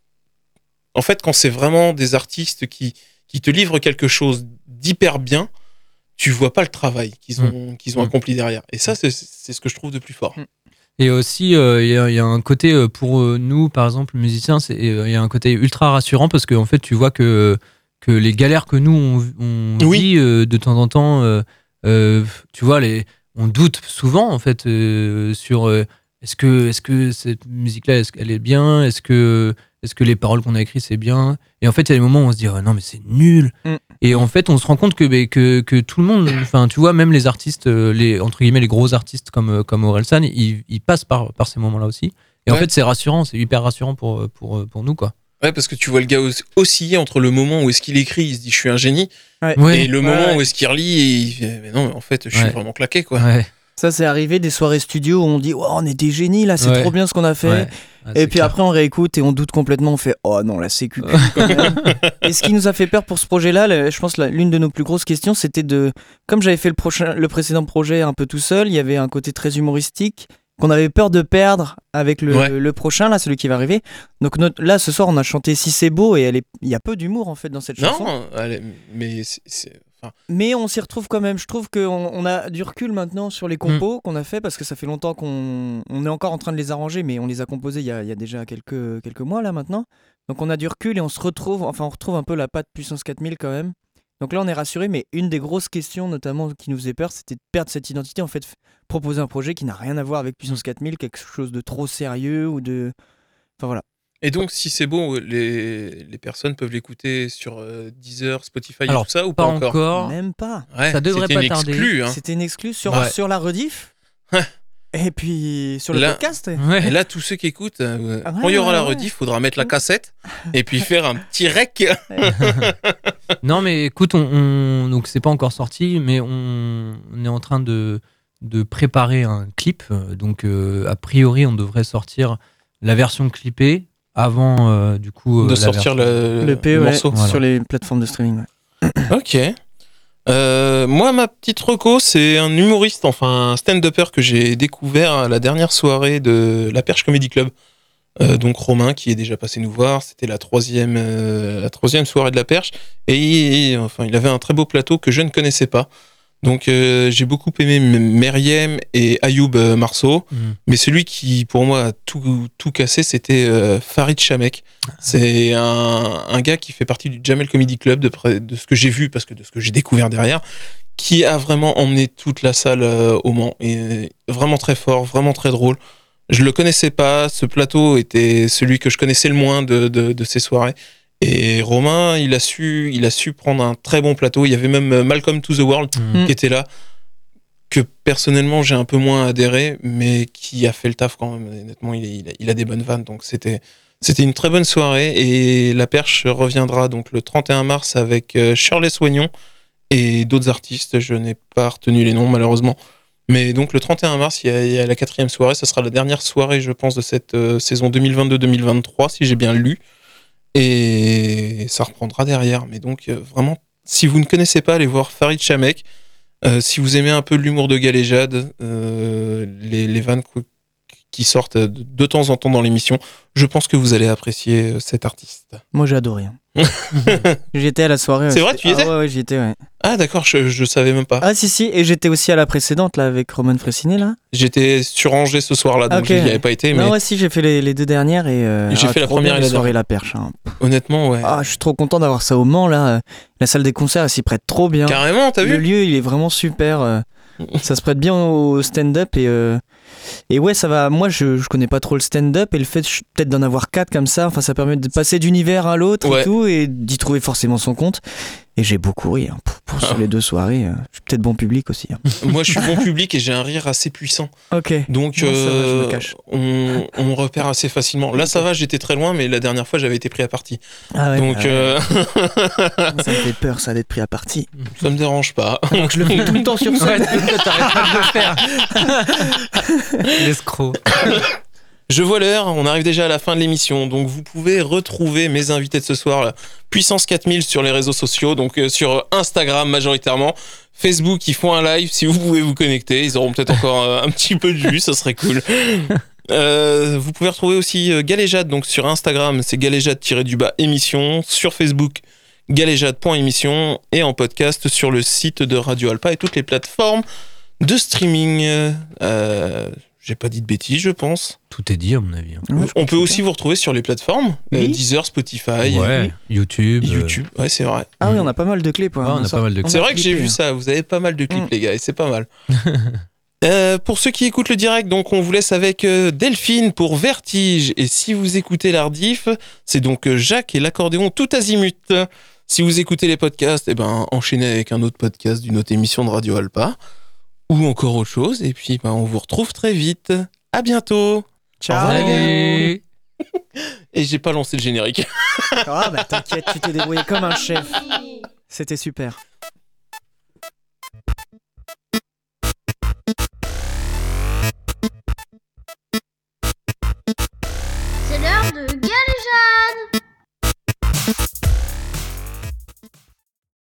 En fait, quand c'est vraiment des artistes qui, qui te livrent quelque chose d'hyper bien, tu vois pas le travail qu'ils ont, qu'ils ont Mm. accompli derrière. Et ça, c'est, c'est ce que je trouve de plus fort. Et aussi, euh, il y, a- il y a un côté euh, pour euh, nous, par exemple, musiciens, c'est- euh, il y a un côté ultra rassurant parce qu'en fait, tu vois que, que les galères que nous, on, on Oui. vit euh, de temps en temps, euh, euh, tu vois, les, on doute souvent, en fait, euh, sur euh, est-ce que, est-ce que cette musique-là, est-ce qu'elle est bien? Est-ce que, est-ce que les paroles qu'on a écrites, c'est bien? Et en fait, il y a des moments où on se dit, oh, non, mais c'est nul. Mm. Et en fait, on se rend compte que, bah, que, que tout le monde, enfin, tu vois, même les artistes, euh, les, entre guillemets, les gros artistes comme, euh, comme Orelsan, ils, ils passent par, par ces moments-là aussi. Et en Ouais. fait, c'est rassurant, c'est hyper rassurant pour, pour, pour nous, quoi. Ouais, parce que tu vois le gars os- osciller entre le moment où est-ce qu'il écrit, il se dit je suis un génie, Ouais. Ouais. et le Ouais, moment ouais. où est-ce qu'il relit, et il fait mais non, mais en fait, je suis Ouais. vraiment claqué, quoi. Ouais. Ça, c'est arrivé des soirées studio où on dit, oh, on est des génies là, c'est Ouais. trop bien ce qu'on a fait. Ouais. Ah, Et c'est puis clair. après, on réécoute et on doute complètement. On fait oh non, la sécu. pue quand même. Et ce qui nous a fait peur pour ce projet-là, le- je pense la- l'une de nos plus grosses questions, c'était de. Comme j'avais fait le, prochain, le précédent projet un peu tout seul, il y avait un côté très humoristique qu'on avait peur de perdre avec le, Ouais. le prochain, là, celui qui va arriver. Donc notre- là, ce soir, on a chanté Si c'est beau et elle est- il y a peu d'humour en fait dans cette chanson. Non, allez, mais c'est, c'est- enfin, Mais on s'y retrouve quand même. Je trouve qu'on on a du recul maintenant sur les compos qu'on a fait parce que ça fait longtemps qu'on on est encore en train de les arranger, mais on les a composés il y a, il y a déjà quelques, quelques mois là maintenant. Donc on a du recul et on se retrouve, enfin on retrouve un peu la patte puissance quatre mille quand même. Donc là on est rassuré, mais une des grosses questions notamment qui nous faisait peur, c'était de perdre cette identité, en fait, f- proposer un projet qui n'a rien à voir avec puissance quatre mille, quelque chose de trop sérieux ou de... Enfin voilà. Et donc, si c'est bon, les, les personnes peuvent l'écouter sur euh, Deezer, Spotify Alors, et tout ça, ou pas pas, encore encore. Même pas. Ouais, Ça devrait c'était pas une tarder. exclue, hein. C'était une exclue sur, Ouais. sur la rediff. Ouais. Et puis sur le Là- podcast. Ouais. Et là, tous ceux qui écoutent, euh, Ah ouais, quand il y aura ouais, la ouais. rediff, il faudra mettre la cassette et puis faire un petit rec. Non, mais écoute, on, on- donc c'est pas encore sorti, mais on, on est en train de, de préparer un clip. Euh, Donc, euh, a priori, on devrait sortir la version clippée avant, euh, du coup, euh, de la sortir version- le, Le P, le ouais, morceau. Voilà. sur les plateformes de streaming. ouais. Ok. Euh, moi, ma petite reco, c'est un humoriste, enfin un stand-upper que j'ai découvert à la dernière soirée de la Perche Comedy Club. Euh, donc Romain, qui est déjà passé nous voir, c'était la troisième, euh, la troisième soirée de la Perche, et il, enfin, il avait un très beau plateau que je ne connaissais pas. Donc euh, j'ai beaucoup aimé M- Meriem et Ayoub euh, Marceau, Mm. mais celui qui pour moi a tout, tout cassé, c'était euh, Farid Chamek. C'est un, un gars qui fait partie du Jamel Comedy Club, de, près- de ce que j'ai vu, parce que de ce que j'ai découvert derrière, qui a vraiment emmené toute la salle euh, au Mans. Et euh, vraiment très fort, vraiment très drôle. Je le connaissais pas, ce plateau était celui que je connaissais le moins de, de, de ces soirées. Et Romain, il a su, il a su prendre un très bon plateau. Il y avait même euh, Malcolm to the World Mm. qui était là, que personnellement j'ai un peu moins adhéré, mais qui a fait le taf quand même. Honnêtement, il, est- il a, il a des bonnes vannes, donc c'était c'était une très bonne soirée. Et la Perche reviendra donc le trente et un mars avec euh, Shirley Soignon et d'autres artistes. Je n'ai pas retenu les noms malheureusement. Mais donc le trente et un mars, il y a, il y a la quatrième soirée. Ça sera la dernière soirée, je pense, de cette euh, saison deux mille vingt-deux deux mille vingt-trois, si j'ai bien lu. Et ça reprendra derrière. Mais donc euh, vraiment, si vous ne connaissez pas, allez voir Farid Chamek. Euh, si vous aimez un peu l'humour de Galéjade, euh, les, les vannes qu- qui sortent de, de temps en temps dans l'émission, je pense que vous allez apprécier euh, cet artiste. Moi j'ai adoré. hein. J'étais à la soirée. C'est ouais, vrai, c'était- tu y étais ah, ouais, ouais, j'y étais, ouais. Ah d'accord, je, je savais même pas. Ah si si, et j'étais aussi à la précédente là avec Roman Fressinet là. J'étais sur Angers ce soir-là, donc Ok. je n'y avais pas été, mais Non ouais si, j'ai fait les, les deux dernières et euh, J'ai ah, fait la trop première bien, et la les soirées dernière. La Perche. hein. honnêtement, ouais. Ah je suis trop content d'avoir ça au Mans là. La salle des concerts elle s'y prête trop bien. Carrément, t'as Le vu lieu il est vraiment super. euh, ça se prête bien au stand-up et euh, et ouais ça va. Moi je, je connais pas trop le stand-up et le fait je- peut-être d'en avoir quatre comme ça, enfin ça permet de passer d'univers à l'autre Ouais. et tout et d'y trouver forcément son compte. Et j'ai beaucoup ri. Hein. Pour, pour sur les deux soirées, euh, je suis peut-être bon public aussi. Hein. Moi, je suis bon public et j'ai un rire assez puissant. Ok. Donc, Moi, ça va, je euh, me cache. on, on repère assez facilement. Là, ça va, j'étais très loin, mais la dernière fois, j'avais été pris à partie. Ah ouais, Donc, ah ouais. euh, Ça me fait peur, ça, d'être pris à partie. ça me dérange pas. Donc je le fais tout le temps sur scène. Ouais, t'arrêtes pas de le faire. L'escroc. Je vois l'heure, on arrive déjà à la fin de l'émission, donc vous pouvez retrouver mes invités de ce soir, là, Puissance quatre mille sur les réseaux sociaux, donc euh, sur Instagram majoritairement, Facebook, ils font un live, si vous pouvez vous connecter, ils auront peut-être encore euh, un petit peu de vue, ça serait cool. Euh, vous pouvez retrouver aussi euh, Galéjade, donc sur Instagram, c'est galéjade-du-bas émission, sur Facebook, galéjade.émission, et en podcast sur le site de Radio Alpa et toutes les plateformes de streaming. Euh, J'ai pas dit de bêtises, je pense. Tout est dit, à mon avis. Hein. Ouais, On peut aussi vous retrouver sur les plateformes, Oui. euh, Deezer, Spotify, Ouais, YouTube. YouTube. Ouais, c'est vrai. Ah oui, on a pas mal de clés. Pour Ouais, on a pas mal de C'est vrai que j'ai vu ça. Vous avez pas mal de clips, Mm. les gars, et c'est pas mal. Euh, pour ceux qui écoutent le direct, donc on vous laisse avec euh, Delphine pour Vertige. Et si vous écoutez l'Ardif, c'est donc euh, Jacques et l'accordéon tout azimut. Si vous écoutez les podcasts, eh ben enchaînez avec un autre podcast d'une autre émission de Radio Alpa ou encore autre chose. Et puis ben, on vous retrouve très vite. À bientôt. Ciao. Salut. Et j'ai pas lancé le générique. Ah bah t'inquiète, tu t'es débrouillé comme un chef. C'était super. C'est l'heure de Galéjade.